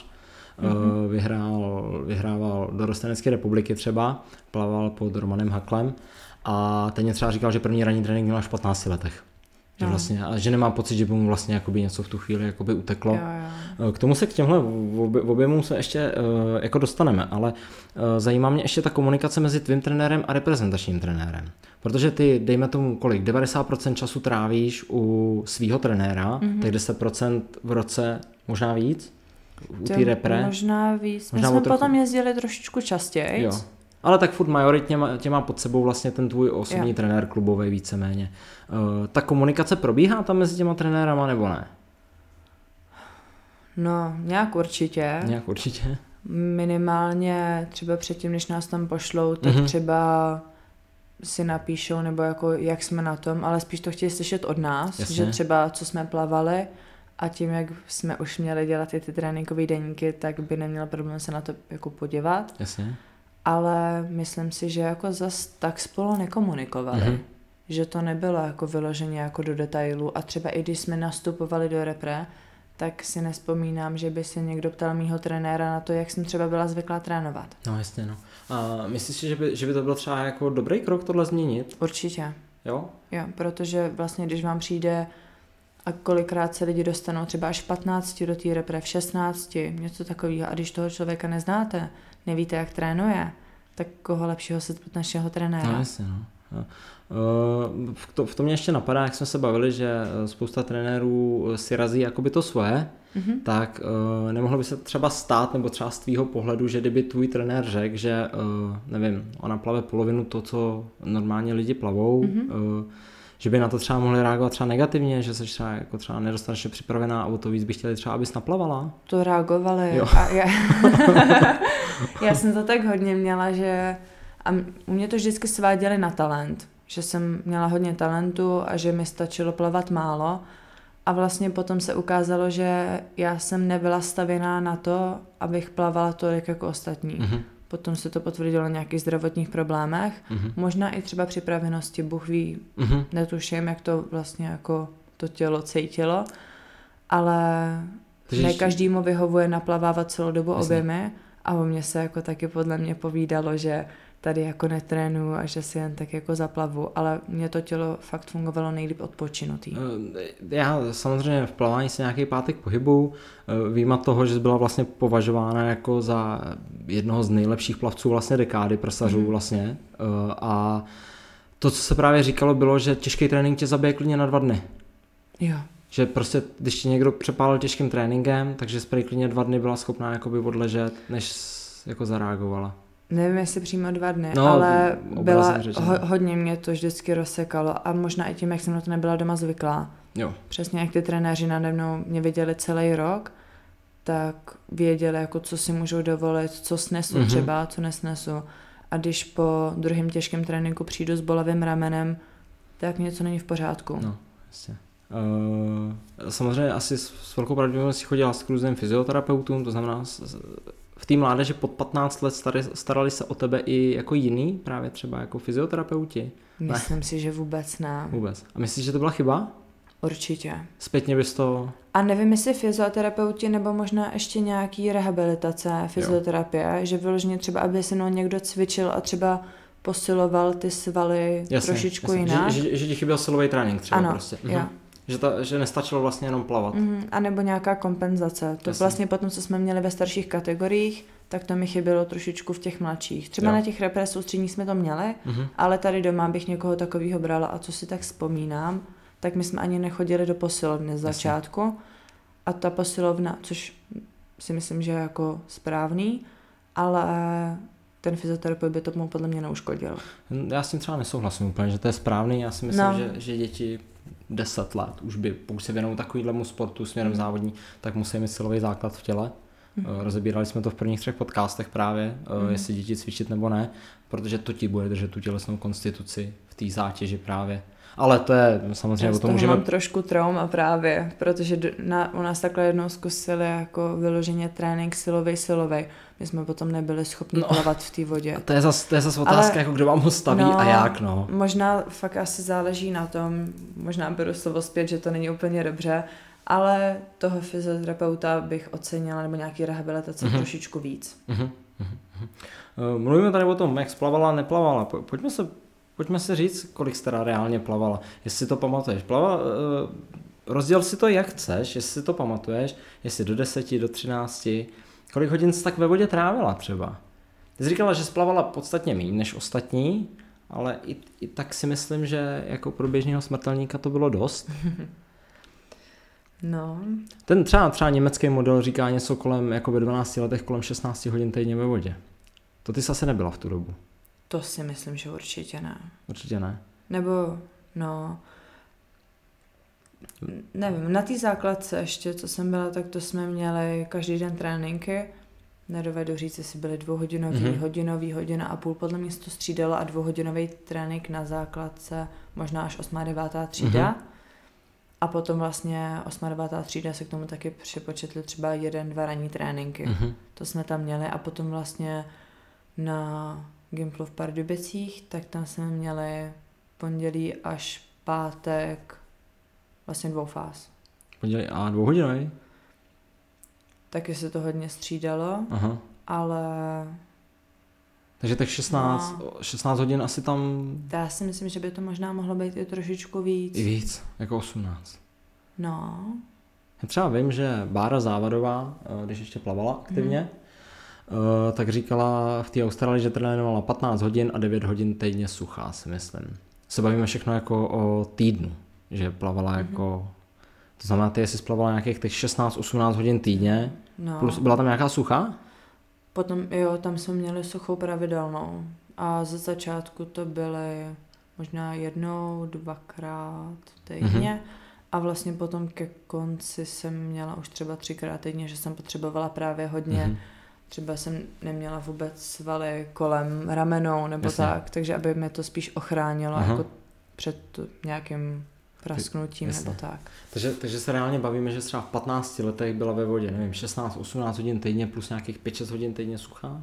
Vyhrával dorostenecké republiky třeba, plaval pod Romanem Haklem a ten mě třeba říkal, že první ranní trénink měl až v 15 letech. Že vlastně, a že nemá pocit, že by mu vlastně jakoby něco v tu chvíli jakoby uteklo. Jo. K tomu se k těmhle objemům se ještě jako dostaneme, ale zajímá mě ještě ta komunikace mezi tvým trenérem a reprezentačním trenérem. Protože ty, dejme tomu kolik, 90% času trávíš u svýho trenéra, tak 10% v roce, možná víc, u té repre. Možná víc. My jsme potom jezdili trošičku častěji. Jo. Ale tak furt majoritně tě má pod sebou vlastně ten tvůj osobní trenér klubový víceméně. Ta komunikace probíhá tam mezi těma trenérama nebo ne? No, nějak určitě. Nějak určitě. Minimálně třeba předtím, než nás tam pošlou, tak třeba si napíšou, nebo jako jak jsme na tom, ale spíš to chtějí slyšet od nás, že třeba co jsme plavali a tím, jak jsme už měli dělat i ty tréninkové deníky, tak by neměl problém se na to jako podívat. Jasně. Ale myslím si, že jako zas tak spolu nekomunikovali. Že to nebylo jako vyloženě jako do detailu a třeba i když jsme nastupovali do repre, tak si nespomínám, že by se někdo ptal mýho trenéra na to, jak jsem třeba byla zvyklá trénovat. No jasně, no. A myslíš si, že by to byl třeba jako dobrý krok tohle změnit? Určitě. Jo? Jo, protože vlastně, když vám přijde a kolikrát se lidi dostanou třeba až v 15 do té repre, v 16, něco takového a když toho člověka neznáte, nevíte, jak trénuje, tak koho lepšího se zeptat našeho trenéra. No jasně, no. V tom mě ještě napadá, jak jsme se bavili, že spousta trenérů si razí jakoby to svoje, tak nemohlo by se třeba stát, nebo třeba z tvýho pohledu, že kdyby tvůj trenér řekl, že nevím, ona plave polovinu to, co normálně lidi plavou, že by na to třeba mohli reagovat třeba negativně, že se třeba, jako třeba nedostatečně připravená a o to víc by chtěli třeba, abys naplavala? To reagovali. A já jsem to tak hodně měla, že a u mě to vždycky sváděli na talent, že jsem měla hodně talentu a že mi stačilo plavat málo a vlastně potom se ukázalo, že já jsem nebyla stavěná na to, abych plavala tolik jako ostatní. Potom se to potvrdilo na nějakých zdravotních problémech, možná i třeba připravenosti, Bůh ví, netuším, jak to vlastně jako to tělo cítilo, ale ne každému vyhovuje naplavávat celou dobu objemy a o mě se jako taky podle mě povídalo, že tady jako netrénuju a že si jen tak jako zaplavu, ale mě to tělo fakt fungovalo nejlíp odpočinutý. Já samozřejmě v plavání se nějaký pátek pohybu, výjima toho, že byla vlastně považována jako za jednoho z nejlepších plavců vlastně dekády prsařů vlastně a to, co se právě říkalo, bylo, že těžký trénink tě zabije klidně na 2 dny. Jo. Že prostě, když tě někdo přepálil těžkým tréninkem, takže sprej klidně 2 dny byla schopná jakoby odležet, než jako zareagovala. Nevím, jestli přímo 2 dny, ale hodně mě to vždycky rozsekalo a možná i tím, jak jsem na to nebyla doma zvyklá. Jo. Přesně jak ty trenéři nade mnou mě viděli celý rok, tak věděli, jako co si můžou dovolit, co snesu třeba, co nesnesu. A když po druhém těžkém tréninku přijdu s bolavým ramenem, tak něco není v pořádku. No, jasně. Samozřejmě asi s velkou pravděpodobností chodila s různým fyzioterapeutům, to znamená v té mládeži pod 15 let starali se o tebe i jako jiný, právě třeba jako fyzioterapeuti? Myslím si, že vůbec ne. Vůbec. A myslíš, že to byla chyba? Určitě. Zpětně bys to... A nevím, jestli fyzioterapeuti nebo možná ještě nějaký rehabilitace, fyzioterapie, že vyloženě třeba, aby se mnou někdo cvičil a třeba posiloval ty svaly trošičku jinak. Že ti chyběl silový trénink třeba ano, prostě. Jo. Že nestačilo vlastně jenom plavat. A nebo nějaká kompenzace. To vlastně potom, co jsme měli ve starších kategoriích, tak to mi chybělo trošičku v těch mladších. Třeba na těch repre soustředních jsme to měli, ale tady doma bych někoho takového brala a co si tak vzpomínám, tak my jsme ani nechodili do posilovny z začátku a ta posilovna, což si myslím, že je jako správný, ale ten fyzioterapeut by to podle mě neuškodil. Já s tím třeba nesouhlasím úplně, že to je správný. Já si myslím, že děti 10 let už by, pokud se věnou takovýhlemu sportu směrem závodní, tak musí mít silový základ v těle. Rozebírali jsme to v prvních 3 podcastech právě, jestli děti cvičit nebo ne, protože to ti bude držet tu tělesnou konstituci v té zátěži právě. Ale to je samozřejmě o tom můžeme... mám trošku trauma právě, protože u nás takhle jednou zkusili jako vyloženě trénink silovej. My jsme potom nebyli schopni plavat v té vodě. To je zas otázka, jako kdo vám ho staví a jak, Možná fakt asi záleží na tom, možná beru slovo zpět, že to není úplně dobře, ale toho fyzioterapeuta bych ocenila, nebo nějaký rehabilitace trošičku víc. Mluvíme tady o tom, jak splavala, neplavala. Pojďme se říct, kolik jste reálně plavala. Jestli si to pamatuješ. Rozděl si to jak chceš, jestli si to pamatuješ, jestli do 10, do 13, kolik hodin jsi tak ve vodě trávila třeba. Ty jsi říkala, že splavala podstatně méně než ostatní, ale i tak si myslím, že jako pro běžného smrtelníka to bylo dost. No. Ten třeba německý model říká něco kolem, jako ve 12 letech, kolem 16 hodin týdně ve vodě. To ty jsi asi nebyla v tu dobu. To si myslím, že určitě ne. Určitě ne. Nebo, nevím, na té základce ještě, co jsem byla, tak to jsme měli každý den tréninky. Nedovedu říct, jestli byly 2hodinový, hodinový, 1,5 hodiny, podle mě se to střídalo a 2hodinový trénink na základce, možná až 8. 9. třída. A potom vlastně 8. 9. třída se k tomu taky připočetly třeba 1-2 ranní tréninky. To jsme tam měli a potom vlastně na Gimplu v Pardubicích, tak tam jsme měli pondělí až pátek vlastně 2 fáz. Pondělí a 2hodinový? Taky se to hodně střídalo, ale... Takže tak 16 hodin asi tam... Já si myslím, že by to možná mohlo být i trošičku víc. I víc, jako 18. No. Já třeba vím, že Bára Závadová, když ještě plavala aktivně, tak říkala v té Austrálii, že trénovala 15 hodin a 9 hodin týdně suchá, si myslím. Se bavíme všechno jako o týdnu, že plavala jako... To znamená, ty jsi splavala nějakých těch 16-18 hodin týdně, plus byla tam nějaká suchá? Potom tam jsme měli suchou pravidelnou a ze začátku to byly možná 1-2krát týdně a vlastně potom ke konci jsem měla už třeba 3krát týdně, že jsem potřebovala právě hodně. Třeba jsem neměla vůbec svaly kolem ramenou nebo tak, takže aby mě to spíš ochránilo jako před nějakým prasknutím nebo tak. Takže se reálně bavíme, že třeba v 15 letech byla ve vodě, nevím, 16-18 hodin týdně plus nějakých 5-6 hodin týdně suchá?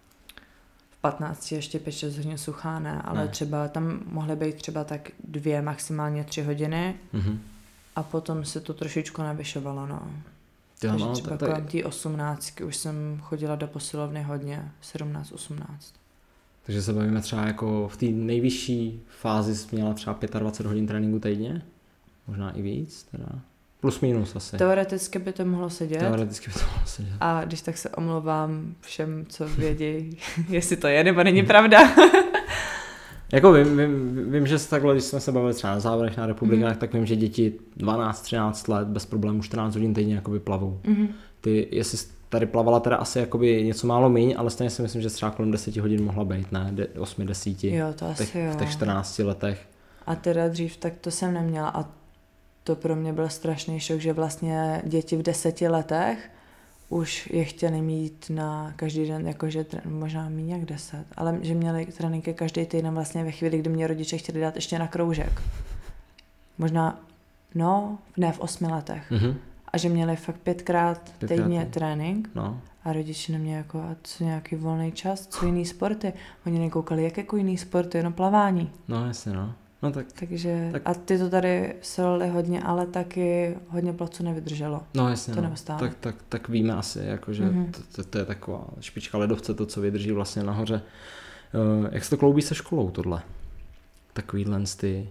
V 15 ještě 5-6 hodin suchá ne, ale třeba tam mohly být třeba tak 2, maximálně 3 hodiny a potom se to trošičku navyšovalo, Takže třeba kolem té 18 už jsem chodila do posilovny hodně, 17-18. Takže se bavíme třeba jako v té nejvyšší fázi jsi měla třeba 25 hodin tréninku týdně? Možná i víc teda? Plus minus asi. Teoreticky by to mohlo sedět. sedět. A když tak se omlouvám všem, co vědí, jestli to je nebo není pravda. Jako vím, že takhle, když jsme se bavili třeba na závodech na republikách, tak vím, že děti 12-13 let bez problémů 14 hodin týdně jakoby plavou. Ty, jestli tady plavala teda asi jakoby něco málo míň, ale stejně si myslím, že třeba kolem 10 hodin mohla být, ne? 8-10. Jo, to asi v těch 14 letech. A teda dřív tak to jsem neměla a to pro mě byl strašný šok, že vlastně děti v 10 letech už je chtěli mít na každý den, jakože možná méně jak 10, ale že měli tréninky každý týden vlastně ve chvíli, kdy mě rodiče chtěli dát ještě na kroužek. Možná, ne v 8 letech. A že měli fakt 5krát týdně trénink a rodiče neměli jako, a co nějaký volný čas, co jiný sporty. Oni nekoukali, jak jako jiný sporty, jenom plavání. No jasně, No tak. Takže, a ty to tady solili hodně, ale taky hodně placu nevydrželo. No jasně, to neustále. Tak víme asi, jako, že to je taková špička ledovce, to, co vydrží vlastně nahoře. Jak se to kloubí se školou tohle? Takovýhle ty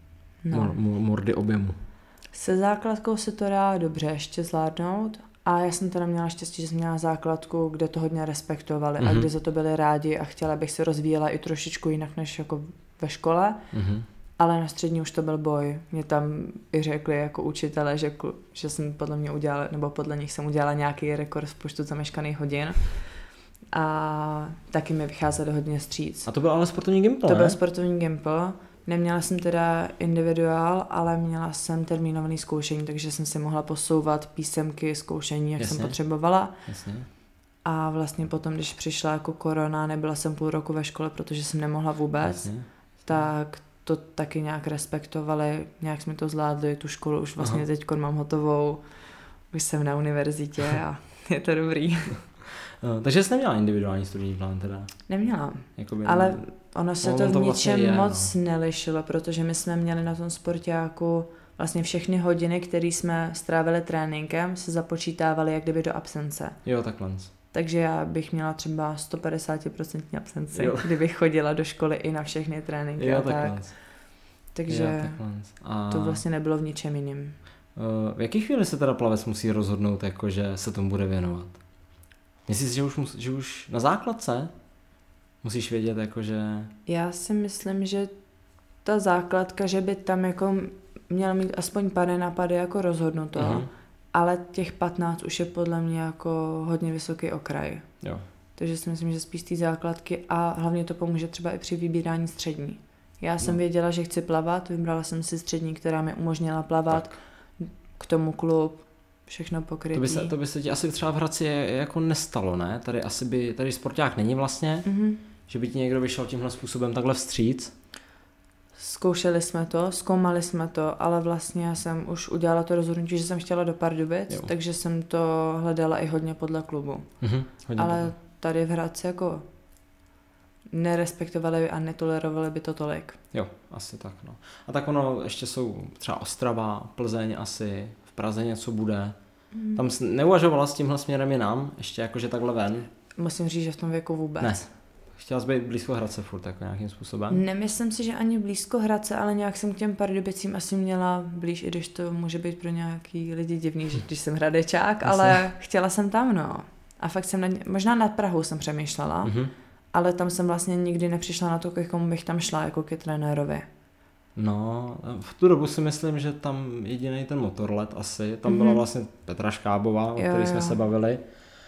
mordy objemu. Se základkou se to dá dobře ještě zvládnout a já jsem teda měla štěstí, že jsem měla základku, kde to hodně respektovali a kde za to byli rádi a chtěla, abych se rozvíjela i trošičku jinak než jako ve škole. Ale na střední už to byl boj. Mě tam i řekli jako učitele, že jsem podle mě udělala, nebo podle nich jsem udělala nějaký rekord v počtu zameškaných hodin. A taky mi vycházeli hodně vstříc. A to byl ale sportovní gimpl, To byl sportovní gimpl. Neměla jsem teda individuál, ale měla jsem termínovaný zkoušení, takže jsem si mohla posouvat písemky, zkoušení, jak jsem potřebovala. Jasně. A vlastně potom, když přišla jako korona, nebyla jsem půl roku ve škole, protože jsem nemohla vůbec, tak to taky nějak respektovali, nějak jsme to zvládli, tu školu už vlastně teď mám hotovou, už jsem na univerzitě a je to dobrý. Takže jsi neměla individuální studijní plán teda? Neměla, ale ono se to v ničem vlastně moc nelišilo, protože my jsme měli na tom sportáku vlastně všechny hodiny, které jsme strávili tréninkem, se započítávaly jak kdyby do absence. Jo, takhle. Takže já bych měla třeba 150% absenci, kdybych chodila do školy i na všechny tréninky jo, a tak. Takže to vlastně nebylo v ničem jiným. V jaký chvíli se teda plavec musí rozhodnout, jako, že se tomu bude věnovat? Myslíš, že už na základce musíš vědět, jako, že... Já si myslím, že ta základka, že by tam jako měla mít aspoň pade na pade jako rozhodnuto, ale těch 15 už je podle mě jako hodně vysoký okraj. Jo. Takže si myslím, že spíš té základky a hlavně to pomůže třeba i při vybírání střední. Já jsem věděla, že chci plavat, vybrala jsem si střední, která mi umožnila plavat, k tomu klub, všechno pokrytý. To by se ti asi třeba v Hradci jako nestalo, ne? Tady sporták není vlastně, že by ti někdo vyšel tímhle způsobem takhle vstříc. Zkoušeli jsme to, zkoumali jsme to, ale vlastně já jsem už udělala to rozhodnutí, že jsem chtěla do Pardubic, takže jsem to hledala i hodně podle klubu. Ale tady v Hradci jako nerespektovali a netolerovali by to tolik. Jo, asi tak, no. A tak ono ještě jsou třeba Ostrava, Plzeň asi, v Praze něco bude. Tam neuvažovala s tímhle směrem jinam, ještě jakože takhle ven? Musím říct, že v tom věku vůbec. Ne. Chtěla jsi být blízko Hradce furt, jako nějakým způsobem? Nemyslím si, že ani blízko Hradce, ale nějak jsem k těm Pardubicím asi měla blíž, i když to může být pro nějaký lidi divný, že když jsem hradečák, ale chtěla jsem tam, no. A fakt jsem, možná nad Prahou jsem přemýšlela, ale tam jsem vlastně nikdy nepřišla na to, k komu bych tam šla, jako ke trenérovi. No, v tu dobu si myslím, že tam jediný ten motorlet asi, tam byla vlastně Petra Škábová, o které jsme se bavili.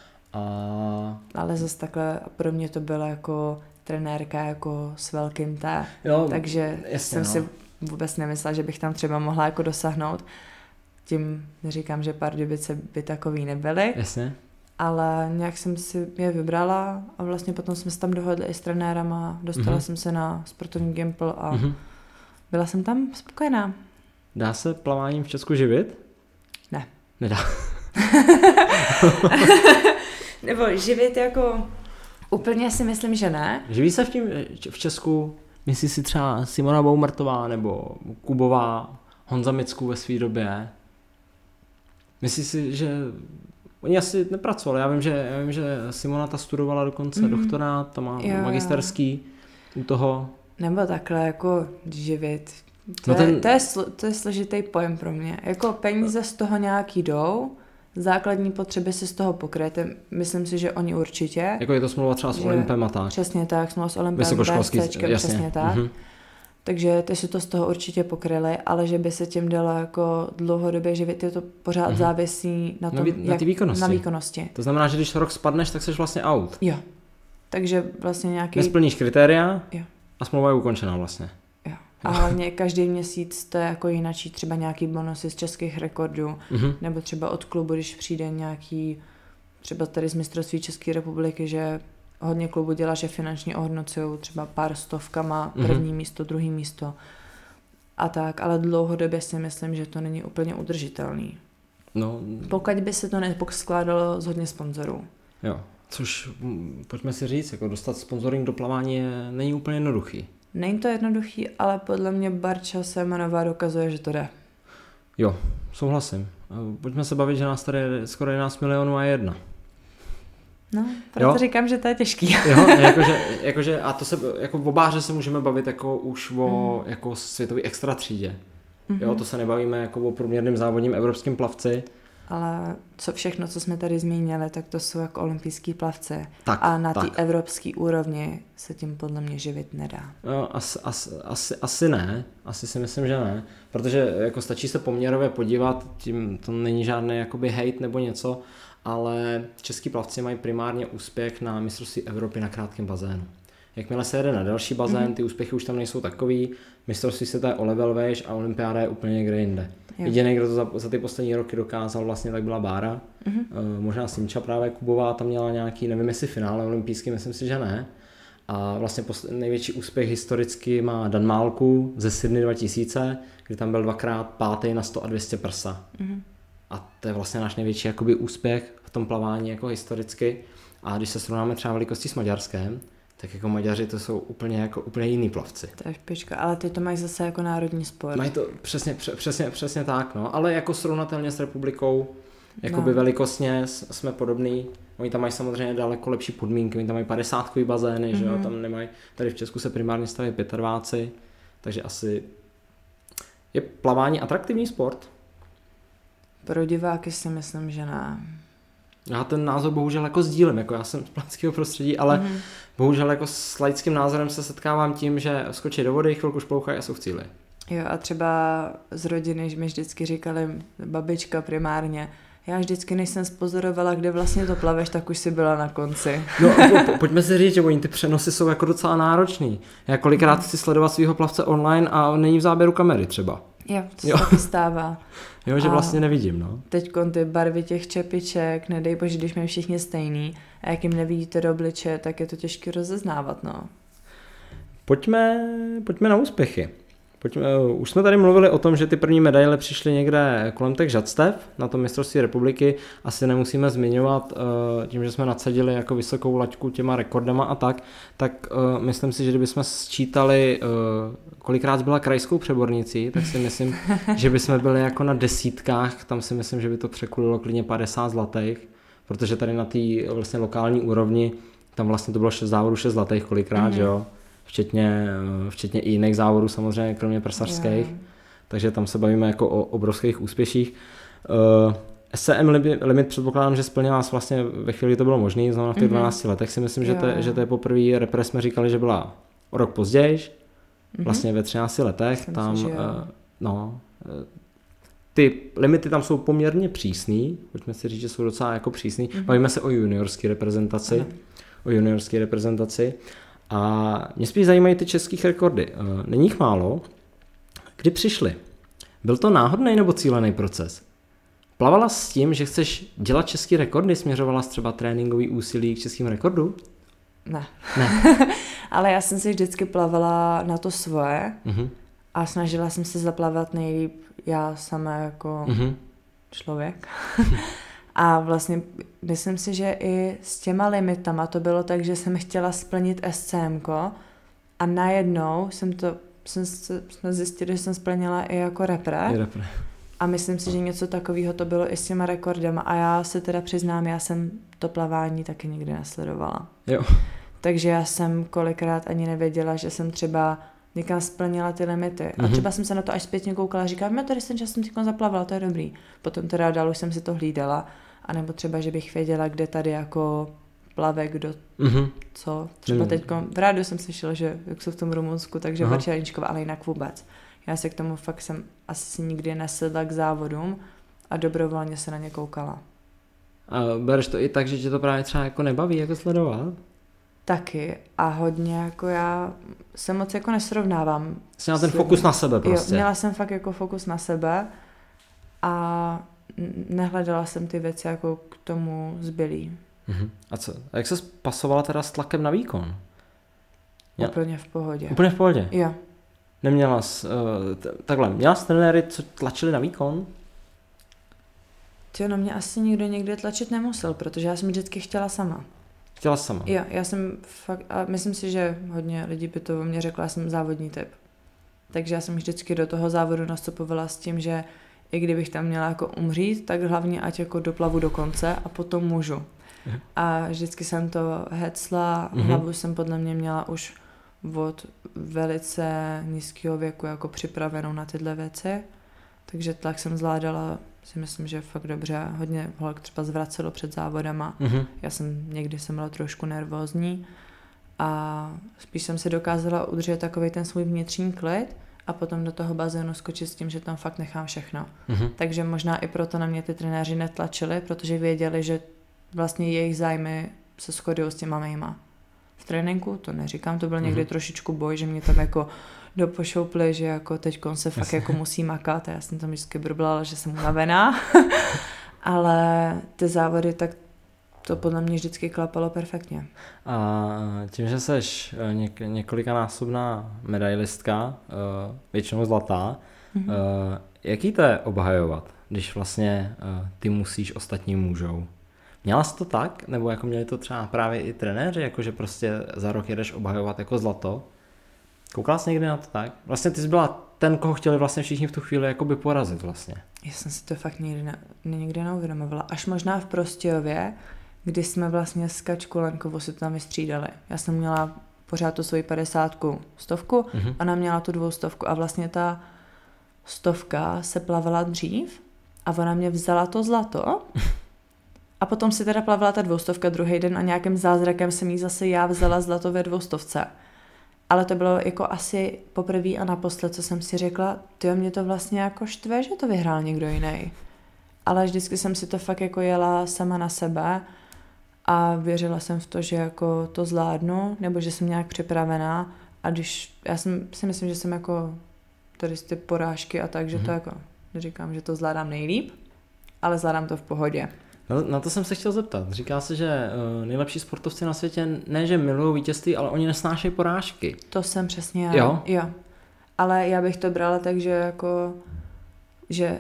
Ale zase takhle pro mě to byla jako trenérka jako s velkým T, takže jsem si vůbec nemyslela, že bych tam třeba mohla jako dosáhnout. Tím neříkám, že Pardubice by takový nebyly, ale nějak jsem si je vybrala a vlastně potom jsme se tam dohodli i s trenérama, dostala jsem se na sportovní Gimpl a byla jsem tam spokojená. Dá se plaváním v Česku živit? Ne. Nedá. Nebo živit jako úplně si myslím, že ne. Živí se v Česku, myslí si třeba Simona Boumertová nebo Kubová, Honza Micků ve své době? Myslíš si, že oni asi nepracovali? Já vím, že Simona ta studovala dokonce doktorát, ta má magisterský u toho. Nebo takhle jako živit. To je složitý pojem pro mě. Jako peníze z toho nějaký jdou, základní potřeby si z toho pokryjete. Myslím si, že oni určitě. Jako je to smlouva třeba s Olympem a tak. Přesně tak, smlouva s Olympem, BSCčkem, přesně tak. Takže ty si to z toho určitě pokryli, ale že by se tím dalo jako dlouhodobě živit, je to pořád závisí na tom, na výkonnosti. To znamená, že když rok spadneš, tak jsi vlastně out. Jo. Takže vlastně nějaký... Nesplníš kritéria a smlouva je ukončená vlastně. Jo. A hlavně každý měsíc to je jako jinačí, třeba nějaký bonusy z českých rekordů, nebo třeba od klubu, když přijde nějaký, třeba tady z mistrovství České republiky, že hodně klubu dělá, že finančně ohodnocují třeba pár stovkama, první místo, druhý místo a tak, ale dlouhodobě si myslím, že to není úplně udržitelný. No. Pokud by se to neskládalo z hodně sponzorů. Jo, což pojďme si říct, jako dostat sponsoring do plavání není úplně jednoduchý. Není to jednoduchý, ale podle mě Barča Semanová dokazuje, že to jde. Jo, souhlasím. Pojďme se bavit, že nás tady je skoro 11 milionů a 1. No, proto říkám, že to je těžký. Jo, jakože a to se, jako v obáře se můžeme bavit jako už o jako světový extra třídě. Jo, to se nebavíme jako o průměrným závodním evropským plavci. Ale všechno, co jsme tady zmínili, tak to jsou jako olympijský plavci. A na té evropské úrovni se tím podle mě živit nedá. No, asi ne. Asi si myslím, že ne. Protože jako stačí se poměrově podívat, tím to není žádný jakoby hejt nebo něco, ale český plavci mají primárně úspěch na mistrovství Evropy na krátkém bazénu. Jakmile se jede na další bazén, ty úspěchy už tam nejsou takový, mistrovství světa je o level vejš a olympiáda je úplně někde jinde. Jediný, kdo to za ty poslední roky dokázal, vlastně tak byla Bára. Možná Simča právě Kubová tam měla nějaký, nevím jestli finále olympijský, myslím si, že ne. A vlastně největší úspěch historicky má Dan Málku ze Sydney 2000, kdy tam byl 2x pátý na 100 a 200 prsa. A to je vlastně náš největší jakoby úspěch v tom plavání jako historicky. A když se srovnáme třeba velikostí s Maďarskem, tak jako Maďaři to jsou úplně jiný plavci. To je špička, ale ty to mají zase jako národní sport. Mají to přesně tak, no, ale jako srovnatelně s republikou, jakoby velikostně jsme podobný. Oni tam mají samozřejmě daleko lepší podmínky, oni tam mají 50kový bazény, že jo, tam nemají, tady v Česku se primárně staví 25, takže asi je plavání atraktivní sport. Pro diváky si myslím, že ne. Já ten názor bohužel jako sdílím, jako já jsem z plaveckého prostředí, ale bohužel jako s laickým názorem se setkávám tím, že skočí do vody, chvilku šplouchají a jsou v cíli. Jo, a třeba z rodiny mi vždycky říkali, babička primárně, já vždycky, než jsem spozorovala, kde vlastně to plaveš, tak už si byla na konci. No pojďme si říct, že oni ty přenosy jsou jako docela náročný. Já kolikrát chci sledovat svého plavce online a není v záběru kamery třeba. Jo, to se taky stává. Jo, že vlastně nevidím, no. Teďkon ty barvy těch čepiček, nedej bože, když mají všichni stejný a jak jim nevidíte do obličeje, tak je to těžké rozeznávat, no. Pojďme na úspěchy. Už jsme tady mluvili o tom, že ty první medaile přišly někde kolem těch žadstev na tom mistrovství republiky. Asi nemusíme zmiňovat tím, že jsme nadsadili jako vysokou laťku těma rekordama a tak myslím si, že kdybychom sčítali, kolikrát byla krajskou přebornicí, tak si myslím, že bychom byli jako na desítkách, tam si myslím, že by to překulilo klidně 50 zlatých, protože tady na té vlastně lokální úrovni, tam vlastně to bylo 6 závodů, 6 zlatých kolikrát, že jo? Včetně i jiných závodů samozřejmě, kromě prsařských. Takže tam se bavíme jako o obrovských úspěších. SCM limit předpokládám, že splnila nás vlastně ve chvíli, to bylo možné, znamená v těch 12 letech si myslím, že to je poprvé. Repre jsme říkali, že byla o rok později, vlastně ve 13 letech. Ty limity tam jsou poměrně přísný, pojďme si říct, že jsou docela jako přísný. Bavíme se o juniorské reprezentaci. A mě spíš zajímají ty českých rekordy. Není jich málo. Kdy přišly? Byl to náhodný nebo cílený proces? Plavala s tím, že chceš dělat český rekordy? Směřovala třeba tréninkový úsilí k českým rekordům? Ne. Ale já jsem si vždycky plavala na to svoje a snažila jsem se zaplavat nejlíp já sama jako člověk. A vlastně myslím si, že i s těma limitama to bylo tak, že jsem chtěla splnit SCMko a najednou jsme zjistili, že jsem splnila i jako repre. A myslím si, že něco takového to bylo i s těma rekordama a já se teda přiznám, já jsem to plavání taky nikdy nesledovala. Jo. Takže já jsem kolikrát ani nevěděla, že jsem třeba někam splnila ty limity. A třeba jsem se na to až zpětně koukala a říkala, tady jsem teď zaplavala, to je dobrý. Potom teda dál už jsem si to hlídala. A nebo třeba, že bych věděla, kde tady jako plave, kdo co. Třeba teď v rádiu jsem slyšela, že jak jsou v tom Rumunsku, takže Varčelníčková, ale jinak vůbec. Já se k tomu fakt jsem asi nikdy nesedla k závodům a dobrovolně se na ně koukala. A bereš to i tak, že tě to právě třeba jako nebaví jako sledovat? Taky a hodně jako já se moc jako nesrovnávám. Jsi měla ten fokus na sebe prostě. Jo, měla jsem fakt jako fokus na sebe a nehledala jsem ty věci jako k tomu zbylý. A co? A jak ses pasovala teda s tlakem na výkon? Úplně v pohodě. Úplně v pohodě? Jo. Neměla jsi, měla jsi trenéry, co tlačili na výkon? No mě asi nikdo někde tlačit nemusel, protože já jsem vždycky chtěla sama. Chtěla sama? Jo, já jsem fakt, a myslím si, že hodně lidí by to o mě řekla, já jsem závodní typ. Takže já jsem vždycky do toho závodu nastupovala s tím, že i kdybych tam měla jako umřít, tak hlavně ať jako doplavu do konce a potom můžu. A vždycky jsem to hecla, hlavu jsem podle mě měla už od velice nízkého věku jako připravenou na tyhle věci. Takže tlak jsem zvládala, si myslím, že fakt dobře. Hodně holek třeba zvracelo před závodama. Já někdy jsem byla trošku nervózní a spíš jsem si dokázala udržet takový ten svůj vnitřní klid a potom do toho bazénu skočit s tím, že tam fakt nechám všechno. Takže možná i proto na mě ty trenéři netlačili, protože věděli, že vlastně jejich zájmy se shodují s těma mýma. v tréninku, to neříkám, to byl někdy trošičku boj, že mě tam jako dopošoupli, že jako teďkon se fakt jako musí makat a já jsem tam vždycky brblala, že jsem unavená, ale ty závody, tak to podle mě vždycky klapalo perfektně. A tím, že seš několikanásobná medailistka, většinou zlatá, jaký to je obhajovat, když vlastně ty musíš, ostatní můžou? Měla jsi to tak? Nebo jako měli to třeba právě i trenéři, jako že prostě za rok jedeš obhajovat jako zlato? Koukala jsi někdy na to tak? Vlastně ty jsi byla ten, koho chtěli vlastně všichni v tu chvíli jakoby porazit vlastně. Já jsem si to fakt nikdy neuvědomovala. Až možná v Prostějově, kdy jsme vlastně s Kačkou Lenkovou si to tam vystřídali. Já jsem měla pořád tu svoji 50, 100 a ona měla tu 200 a vlastně ta 100 se plavala dřív a ona mě vzala to zlato a potom si teda plavala ta 200 druhý den a nějakým zázrakem jsem jí zase já vzala zlato ve 200. Ale to bylo jako asi poprvé a naposled, co jsem si řekla, tyjo, mě to vlastně jako štve, že to vyhrál někdo jiný. Ale vždycky jsem si to fakt jako jela sama na sebe a věřila jsem v to, že jako to zvládnu, nebo že jsem nějak připravená a když, já si myslím, že jsem jako tady ty porážky a tak, že to jako, neříkám, že to zvládám nejlíp, ale zvládám to v pohodě. Na to jsem se chtěl zeptat. Říká se, že nejlepší sportovci na světě ne, že milují vítězství, ale oni nesnášejí porážky. To jsem přesně já. Jo. Ale já bych to brala tak, že jako, že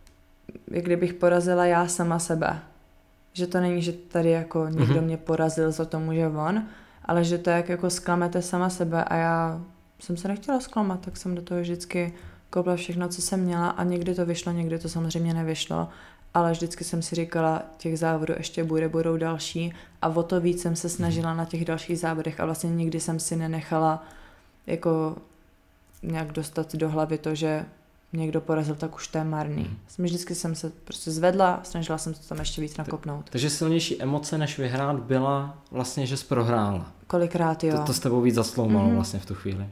jak kdybych porazila já sama sebe. Že to není, že tady jako někdo mě porazil za to může on, ale že to jak jako zklamete sama sebe a já jsem se nechtěla zklamat, tak jsem do toho vždycky kopla všechno, co jsem měla a někdy to vyšlo, někdy to samozřejmě nevyšlo. Ale vždycky jsem si říkala, těch závodů ještě budou další a o to víc jsem se snažila na těch dalších závodech a vlastně nikdy jsem si nenechala jako nějak dostat do hlavy to, že někdo porazil, tak už to je marný. Vždycky jsem se prostě zvedla a snažila jsem se tam ještě víc nakopnout. Takže silnější emoce než vyhrát byla vlastně, že jsi prohrála. Kolikrát jo. To s tebou víc zasloumalo vlastně v tu chvíli,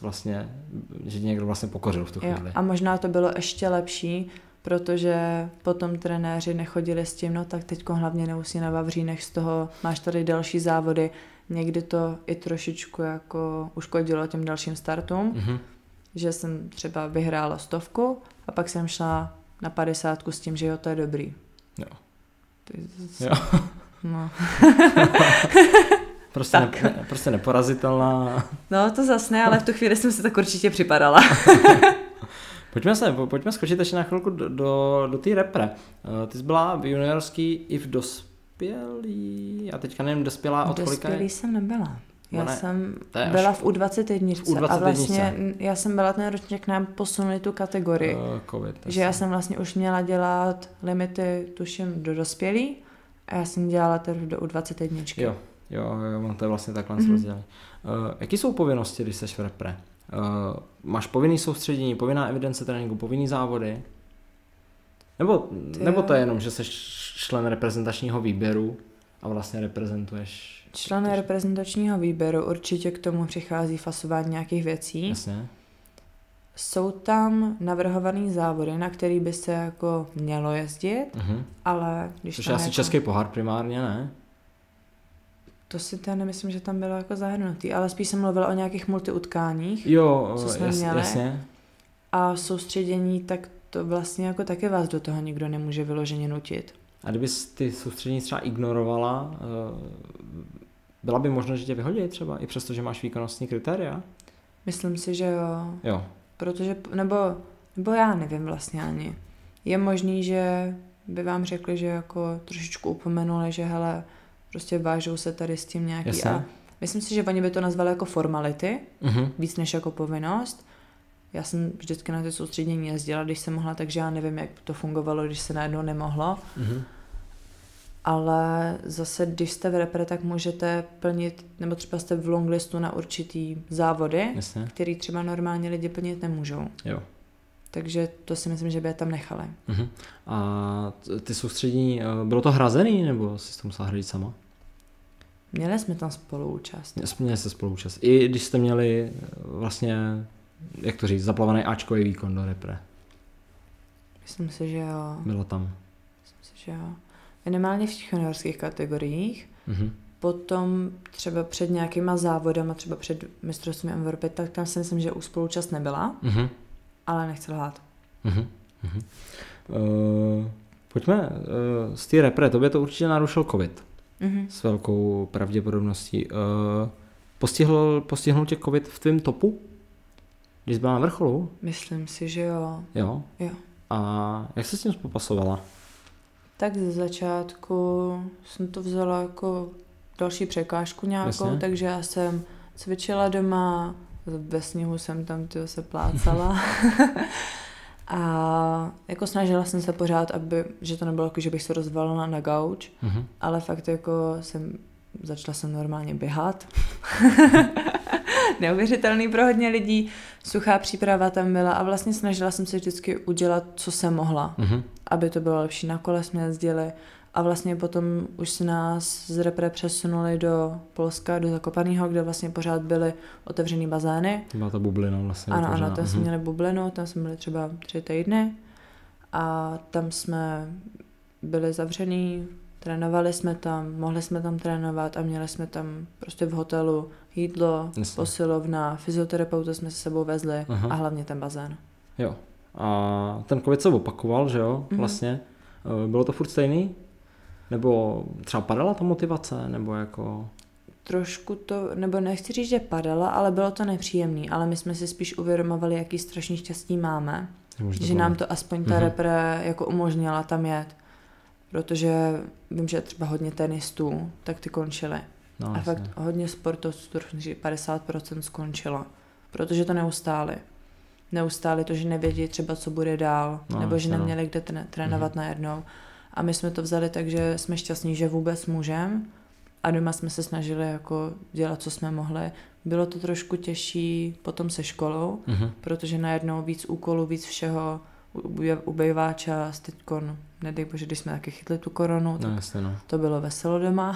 že někdo vlastně pokořil v tu chvíli. A možná to bylo ještě lepší, protože potom trenéři nechodili s tím, no tak teďko hlavně neusí na Vavřínech, z toho máš tady další závody. Někdy to i trošičku jako uškodilo těm dalším startům, že jsem třeba vyhrála 100 a pak jsem šla na 50 s tím, že jo, to je dobrý. Jo. Jo. No. prostě neporazitelná. No to zas ne, ale v tu chvíli jsem si tak určitě připadala. Pojďme skočit ještě na chvilku do té repre. Ty jsi byla v juniorský i v dospělý, já teďka nevím, dospělá od kolika je? Dospělý jsem nebyla. Já jsem byla v U21 a vlastně já jsem byla ten ročník, nám posunuli tu kategorii. COVID, že já jsem vlastně už měla dělat limity, tuším, do dospělý a já jsem dělala tedy do U21. Jo, to je vlastně takhle rozdělené. Jaký jsou povinnosti, když jsi v repre? Máš povinný soustředění, povinná evidence tréninku, povinný závody? Nebo to je jenom, že jsi člen reprezentačního výběru a vlastně reprezentuješ? Člen reprezentačního výběru určitě k tomu přichází fasování nějakých věcí. Jasně. Jsou tam navrhované závody, na který by se jako mělo jezdit, ale když což je asi český pohár primárně, ne? To si teda nemyslím, že tam bylo jako zahrnutý, ale spíš jsem mluvila o nějakých multiutkáních, jo, co jsme měli. Jasně. A soustředění, tak to vlastně jako taky vás do toho nikdo nemůže vyloženě nutit. A kdybys ty soustředění třeba ignorovala, byla by možnost, že tě vyhodí třeba, i přesto, že máš výkonnostní kritéria? Myslím si, že jo. Jo. Protože, nebo já nevím vlastně ani. Je možný, že by vám řekli, že jako trošičku upomenuli, že hele, prostě vážou se tady s tím nějaký. Jasně. A myslím si, že oni by to nazvali jako formality, víc než jako povinnost. Já jsem vždycky na ty soustředění jezdila, když jsem mohla, takže já nevím, jak to fungovalo, když se najednou nemohlo. Ale zase, když jste v repre, tak můžete plnit, nebo třeba jste v longlistu na určitý závody, který třeba normálně lidi plnit nemůžou. Jo. Takže to si myslím, že by je tam nechali. A ty soustředění, bylo to hrazený, nebo jsi to musela hradit sama? Měli jsme tam spoluúčast. Měli jste spoluúčast. I když jste měli vlastně, jak to říct, zaplavený áčkový výkon do repre. Myslím si, že jo. Bylo tam. Myslím si, že jo. Minimálně v těch juniorských kategoriích. potom třeba před nějakýma závodama, třeba před mistrovstvím Evropy, tak tam si myslím, že už spoluúčast nebyla, ale nechci lhát. Pojďme z té repre, tobě to určitě narušil covid s velkou pravděpodobností. Postihnul tě covid v tvém topu? Když jsi byla na vrcholu? Myslím si, že jo. Jo? Jo. A jak se s tím popasovala? Tak ze začátku jsem to vzala jako další překážku nějakou, Jasně. takže já jsem cvičila doma, ve sněhu jsem tam se plácala a jako snažila jsem se pořád, že to nebylo jako, že bych se rozvalila na gauč, ale fakt jako začala jsem normálně běhat. Neuvěřitelný pro hodně lidí, suchá příprava tam byla a vlastně snažila jsem se vždycky udělat, co jsem mohla, aby to bylo lepší. Na kole jsme jezdili a vlastně potom už se nás z repre přesunuli do Polska, do Zakopaného, kde vlastně pořád byly otevřený bazény. Byla ta bublina vlastně. Ano, tam jsme měli bublinu, tam jsme byli třeba 3 týdny a tam jsme byli zavřený, trénovali jsme tam, mohli jsme tam trénovat a měli jsme tam prostě v hotelu jídlo, posilovna, fyzioterapeuta jsme se sebou vezli a hlavně ten bazén. Jo. A ten covid se opakoval, že jo, vlastně. Bylo to furt stejný? Nebo třeba padala ta motivace, nebo jako... Trošku to, nebo nechci říct, že padala, ale bylo to nepříjemný, ale my jsme si spíš uvědomovali, jaký strašný štěstí máme, že nám to aspoň ta repre jako umožnila tam jet. Protože vím, že třeba hodně tenistů, tak ty končily. No, a fakt hodně sportovců, 50% skončilo, protože to neustáli. Neustáli to, že nevědí třeba, co bude dál, nebo že neměli kde trénovat najednou. A my jsme to vzali tak, že jsme šťastní, že vůbec můžeme. A doma jsme se snažili jako dělat, co jsme mohli. Bylo to trošku těžší potom se školou, protože najednou víc úkolů, víc všeho, ubejvá čas, teďkon, nedej bože, když jsme taky chytli tu koronu, tak to bylo veselo doma.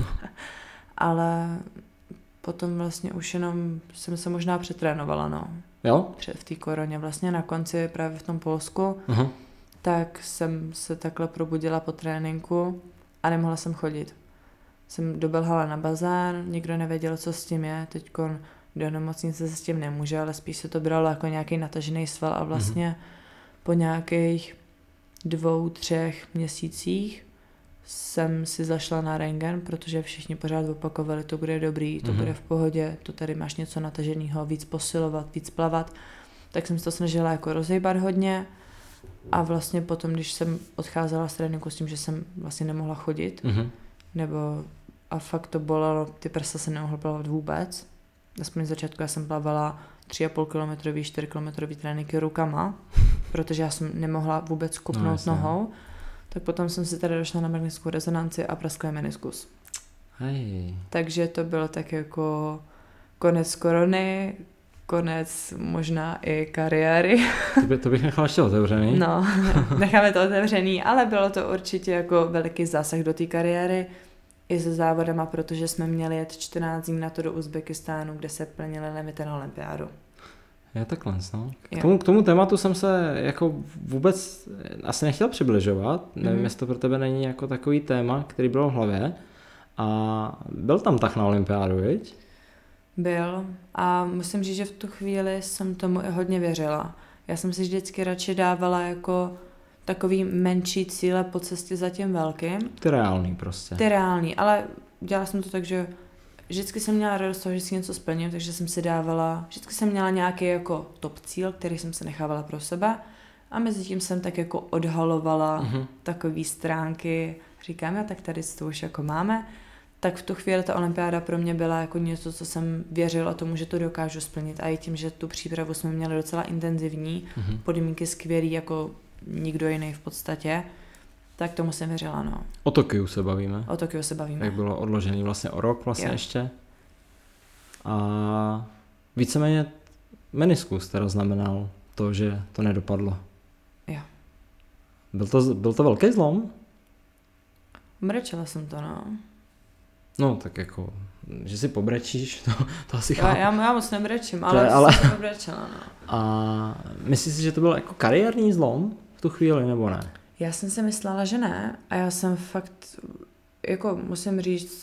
Ale potom vlastně už jenom jsem se možná přetrénovala, no. Jo? V té koroně vlastně na konci právě v tom Polsku, tak jsem se takhle probudila po tréninku a nemohla jsem chodit. Jsem doběhala na bazén, nikdo nevěděl, co s tím je, teďkon do nemocnice se s tím nemůže, ale spíš se to bralo jako nějaký natažený sval a vlastně po nějakých 2-3 měsících jsem si zašla na rentgen, protože všichni pořád opakovali, to bude dobrý, to bude v pohodě, to tady máš něco nataženého, víc posilovat, víc plavat. Tak jsem se to snažila jako rozhýbat hodně a vlastně potom, když jsem odcházela z tréninku s tím, že jsem vlastně nemohla chodit, nebo a fakt to bolelo, ty prsa se nemohla plavat vůbec. Aspoň z začátku já jsem plavala 3,5 kilometrový, 4 kilometrový tréninky rukama, protože já jsem nemohla vůbec kopnout nohou. Tak potom jsem si tady došla na magnetickou rezonanci a praskl meniskus. Hej. Takže to bylo tak jako konec korony, konec možná i kariéry. To bych nechal ještě otevřený. No, necháme to otevřený, ale bylo to určitě jako veliký zásah do té kariéry i se závodama, protože jsme měli jet 14 dní na to do Uzbekistánu, kde se plnily limity na olympiádu. Je takhle, no. K tomu tématu jsem se jako vůbec asi nechtěl přibližovat. Nevím, jestli to pro tebe není jako takový téma, který byl v hlavě. A byl tam tak na olympiádu, viď? Byl a musím říct, že v tu chvíli jsem tomu i hodně věřila. Já jsem si vždycky radši dávala jako takový menší cíle po cestě za tím velkým. Ty reálný prostě. Ty reálný, ale dělala jsem to tak, že vždycky jsem měla radost toho, že si něco splním, takže jsem si dávala, vždycky jsem měla nějaký jako top cíl, který jsem se nechávala pro sebe a mezi tím jsem tak jako odhalovala takové stránky, říkám, já tak tady to už jako máme, tak v tu chvíli ta olympiáda pro mě byla jako něco, co jsem věřila tomu, že to dokážu splnit a i tím, že tu přípravu jsme měli docela intenzivní, podmínky skvělý jako nikdo jiný v podstatě, tak tomu jsem věřila, no. O Tokiu se bavíme. O Tokiu se bavíme. Jak bylo odložený vlastně o rok vlastně ještě. A víceméně meniskus teda znamenal to, že to nedopadlo. Jo. Byl to velký zlom? Brečela jsem to, no. No, tak jako, že si pobrečíš, to asi chápu. Já moc nebrečím, ale jsem pobrečela, no. A myslíš si, že to byl jako kariérní zlom v tu chvíli, nebo ne? Já jsem si myslela, že ne a já jsem fakt, jako musím říct,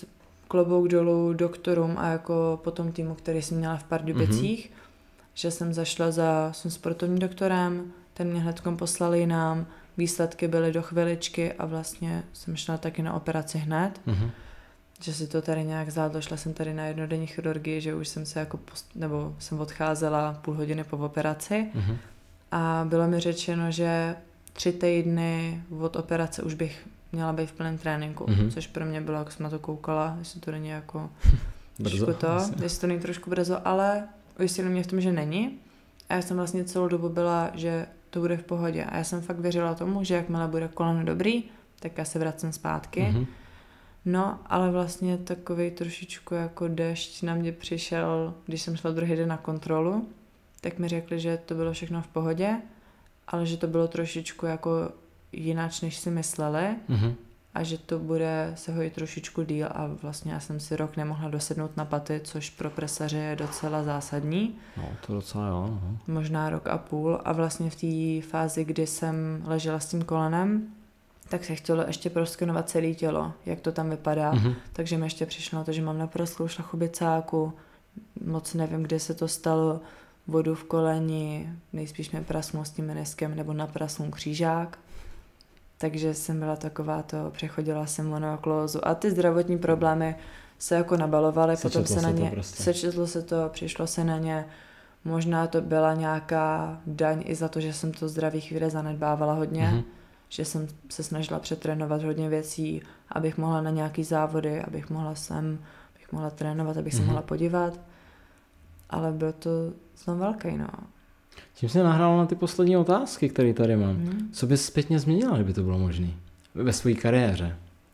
klobouk dolů doktorům a jako potom týmu, který jsem měla v Pardubicích, že jsem zašla za svým sportovním doktorem, ten mě hnedkom poslal jinam, výsledky byly do chviličky a vlastně jsem šla taky na operaci hned, že si to tady nějak zvládlo, šla jsem tady na jednodenní chirurgii, že už jsem se jako nebo jsem odcházela půl hodiny po operaci a bylo mi řečeno, že 3 týdny od operace už bych měla být v plném tréninku, což pro mě bylo, jak jsem na to koukala, jestli to není jako brzo, jestli to není trošku brzo, ale ujistili mě v tom, že není. A já jsem vlastně celou dobu byla, že to bude v pohodě. A já jsem fakt věřila tomu, že jakmile bude koleno dobrý, tak já se vracím zpátky. No, ale vlastně takovej trošičku jako dešť na mě přišel, když jsem šla druhý den na kontrolu, tak mi řekli, že to bylo všechno v pohodě, ale že to bylo trošičku jako jináč, než si mysleli. A že to bude se hojit trošičku díl a vlastně já jsem si rok nemohla dosednout na paty, což pro presaře je docela zásadní. No, to docela jo. No. Možná rok a půl a vlastně v té fázi, kdy jsem ležela s tím kolenem, tak se chtělo ještě proskenovat celé tělo, jak to tam vypadá. Takže mi ještě přišlo na to, že mám naprostlou šlachobicáku, moc nevím, kde se to stalo, vodu v koleni, nejspíš mě prasnul s tím meniskem nebo naprasnul křížák. Takže jsem byla taková to, přechodila jsem monoklózu a ty zdravotní problémy se jako nabalovaly, potom se na ně, sečetlo se to, přišlo se na ně, možná to byla nějaká daň i za to, že jsem to zdraví chvíle zanedbávala hodně, že jsem se snažila přetrénovat hodně věcí, abych mohla na nějaký závody, abych mohla trénovat, abych se mohla podívat, ale bylo to zlom velký, no. Tím se nahrálo na ty poslední otázky, které tady mám. Co bys zpětně změnila, kdyby to bylo možné? Ve své kariéře.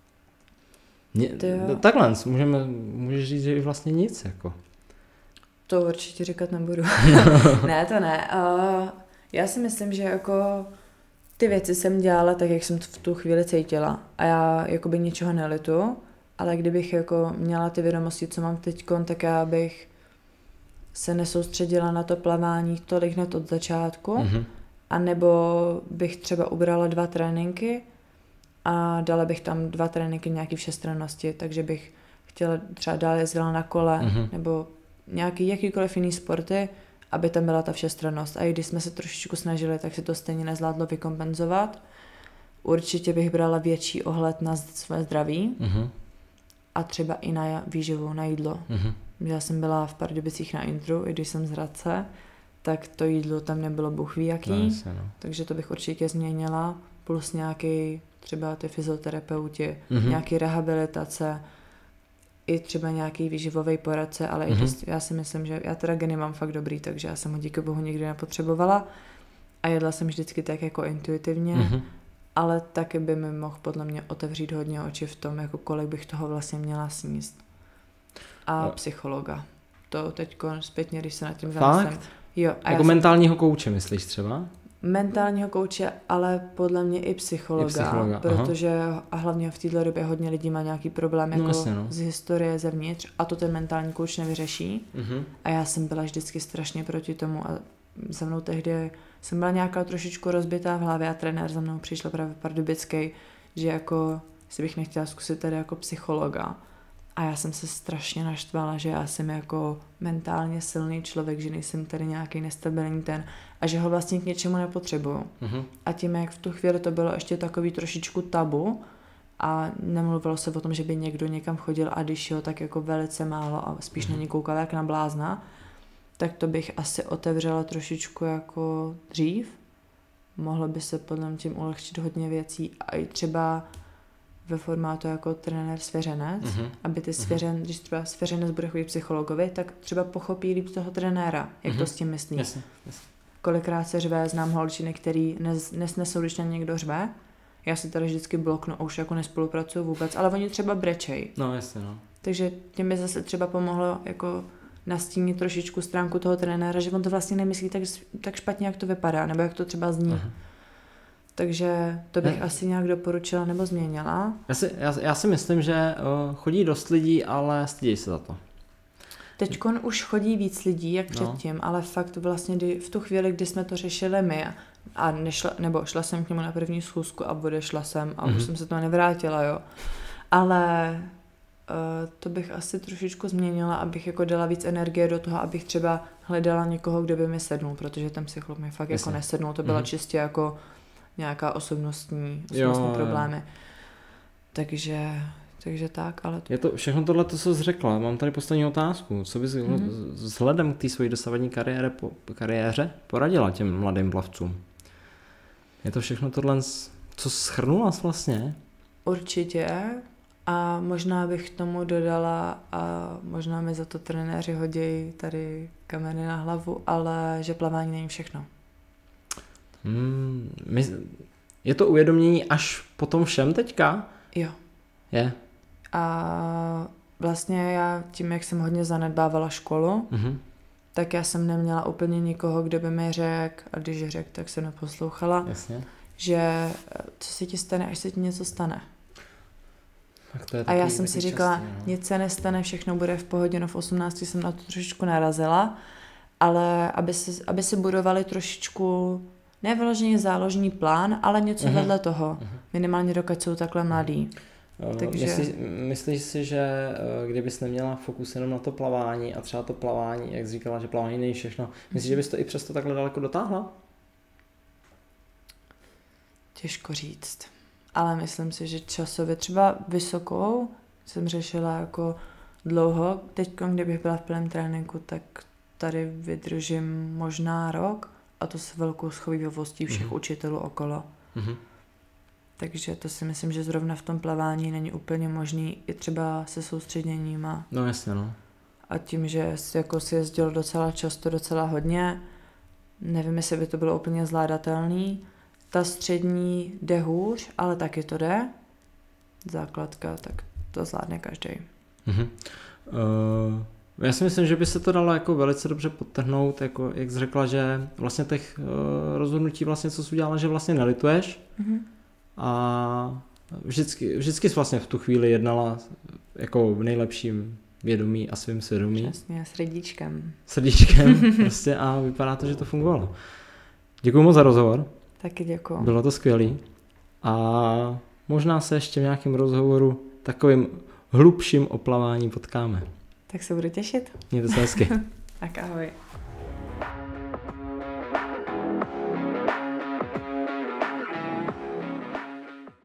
Takhle, můžeš říct, že vlastně nic. Jako. To určitě říkat nebudu. Ne, to ne. Já si myslím, že jako ty věci jsem dělala tak, jak jsem v tu chvíli cítila. A já jakoby ničeho nelitu, ale kdybych jako měla ty vědomosti, co mám teďkon, tak já bych se nesoustředila na to plavání tolik hned od začátku, anebo bych třeba ubrala 2 tréninky a dala bych tam 2 tréninky nějaký všestrannosti, takže bych chtěla třeba dál jezdila na kole, nebo jakýkoliv jiný sporty, aby tam byla ta všestrannost. A i když jsme se trošičku snažili, tak se to stejně nezvládlo vykompenzovat. Určitě bych brala větší ohled na své zdraví a třeba i na výživu, na jídlo. Já jsem byla v Pardubicích na intru, i když jsem z Hradce, tak to jídlo tam nebylo bůh ví jaký, takže to bych určitě změnila, plus nějaký třeba ty fyzioterapeuti, nějaký rehabilitace, i třeba nějaký výživový poradce, ale i dost, já si myslím, že já teda geny mám fakt dobrý, takže já jsem ho díky bohu nikdy nepotřebovala a jedla jsem vždycky tak jako intuitivně, ale taky by mi mohl podle mě otevřít hodně oči v tom, jako kolik bych toho vlastně měla sníst. A psychologa. To teďko zpětně, když se nad tím zamyslím. Jo, a jako mentálního kouče, myslíš třeba? Mentálního kouče, ale podle mě i psychologa. Protože a hlavně v této době hodně lidí má nějaký problém jako z historie zevnitř a to ten mentální kouč nevyřeší. A já jsem byla vždycky strašně proti tomu a za mnou tehdy jsem byla nějaká trošičku rozbitá v hlavě a trenér za mnou přišel právě Pardubický, že jako si bych nechtěla zkusit tady jako psychologa. A já jsem se strašně naštvala, že já jsem jako mentálně silný člověk, že nejsem tady nějaký nestabilní ten a že ho vlastně k něčemu nepotřebuju. A tím, jak v tu chvíli to bylo ještě takový trošičku tabu a nemluvilo se o tom, že by někdo někam chodil a když jo, tak jako velice málo a spíš na ně koukal jak na blázna, tak to bych asi otevřela trošičku jako dřív. Mohlo by se podle mě tím ulehčit hodně věcí a i třeba ve formátu jako trenér svěřenec, aby ty když třeba svěřenec bude chodit psychologovi, tak třeba pochopí líp toho trenéra, jak to s tím myslí. Jasně. Kolikrát se řve, znám holčiny, který nesnesou, když na někdo řve. Já si tady vždycky bloknu a už jako nespolupracuju vůbec, ale oni třeba brečej. No jasně, no. Takže tím by zase třeba pomohlo jako nastínit trošičku stránku toho trenéra, že on to vlastně nemyslí tak špatně, jak to vypadá, nebo jak to třeba zní. Takže to bych asi nějak doporučila nebo změnila. Já si myslím, že chodí dost lidí, ale stydí se za to. Teďkon už chodí víc lidí, jak předtím, ale fakt vlastně v tu chvíli, kdy jsme to řešili my a šla jsem k němu na první schůzku a odešla jsem a už jsem se to nevrátila, jo. Ale to bych asi trošičku změnila, abych jako dala víc energie do toho, abych třeba hledala někoho, kdo by mi sednul, protože ten psycholog mi fakt jako nesednul, to byla čistě jako nějaká osobnostní problémy. Takže tak, ale... Je to všechno tohle, co jsi řekla. Mám tady poslední otázku. Co bys vzhledem k té své dosavadní kariéře poradila těm mladým plavcům? Je to všechno tohle, co shrnula vlastně? Určitě. A možná bych k tomu dodala, a možná mi za to trenéři hodí tady kameny na hlavu, ale že plavání není všechno. Je to uvědomění až po tom všem teďka? Jo. Je. A vlastně já tím, jak jsem hodně zanedbávala školu, tak já jsem neměla úplně nikoho, kdo by mi řekl, a když řekl, tak jsem neposlouchala, Jasně. že co se ti stane, až se ti něco stane. A já jsem si říkala, nic se nestane, všechno bude v pohodě, no v 18 jsem na to trošičku narazila, ale aby si budovali trošičku, ne vyloženě záložní plán, ale něco vedle toho, minimálně dokud jsou takhle mladí. Takže... Myslíš si, že kdybys neměla fokus jenom na to plavání a třeba to plavání, jak jsi říkala, že plavání není všechno, myslíš, že bys to i přesto takhle daleko dotáhla? Těžko říct. Ale myslím si, že časově třeba vysokou jsem řešila jako dlouho. Teď, kdybych byla v plném tréninku, tak tady vydržím možná rok a to s velkou schovývavostí všech učitelů okolo. Takže to si myslím, že zrovna v tom plavání není úplně možný i třeba se soustředěníma. No jasně, no. A tím, že jako si jezdil docela často, docela hodně, nevím, jestli by to bylo úplně zvládatelný. Ta střední jde hůř, ale taky to jde. Základka, tak to zvládne každý. Já si myslím, že by se to dalo jako velice dobře podtrhnout, jako jak jsi řekla, že vlastně těch rozhodnutí vlastně, co jsi udělala, že vlastně nelituješ. A vždycky jsi vlastně v tu chvíli jednala jako v nejlepším vědomí a svým svědomí. Přesně, srdíčkem. Prostě a vypadá to, že to fungovalo. Děkuji moc za rozhovor. Taky děkuji. Bylo to skvělý. A možná se ještě v nějakém rozhovoru takovým hlubším o plavání potkáme. Tak se budu těšit. Mějte se hezky. Tak ahoj.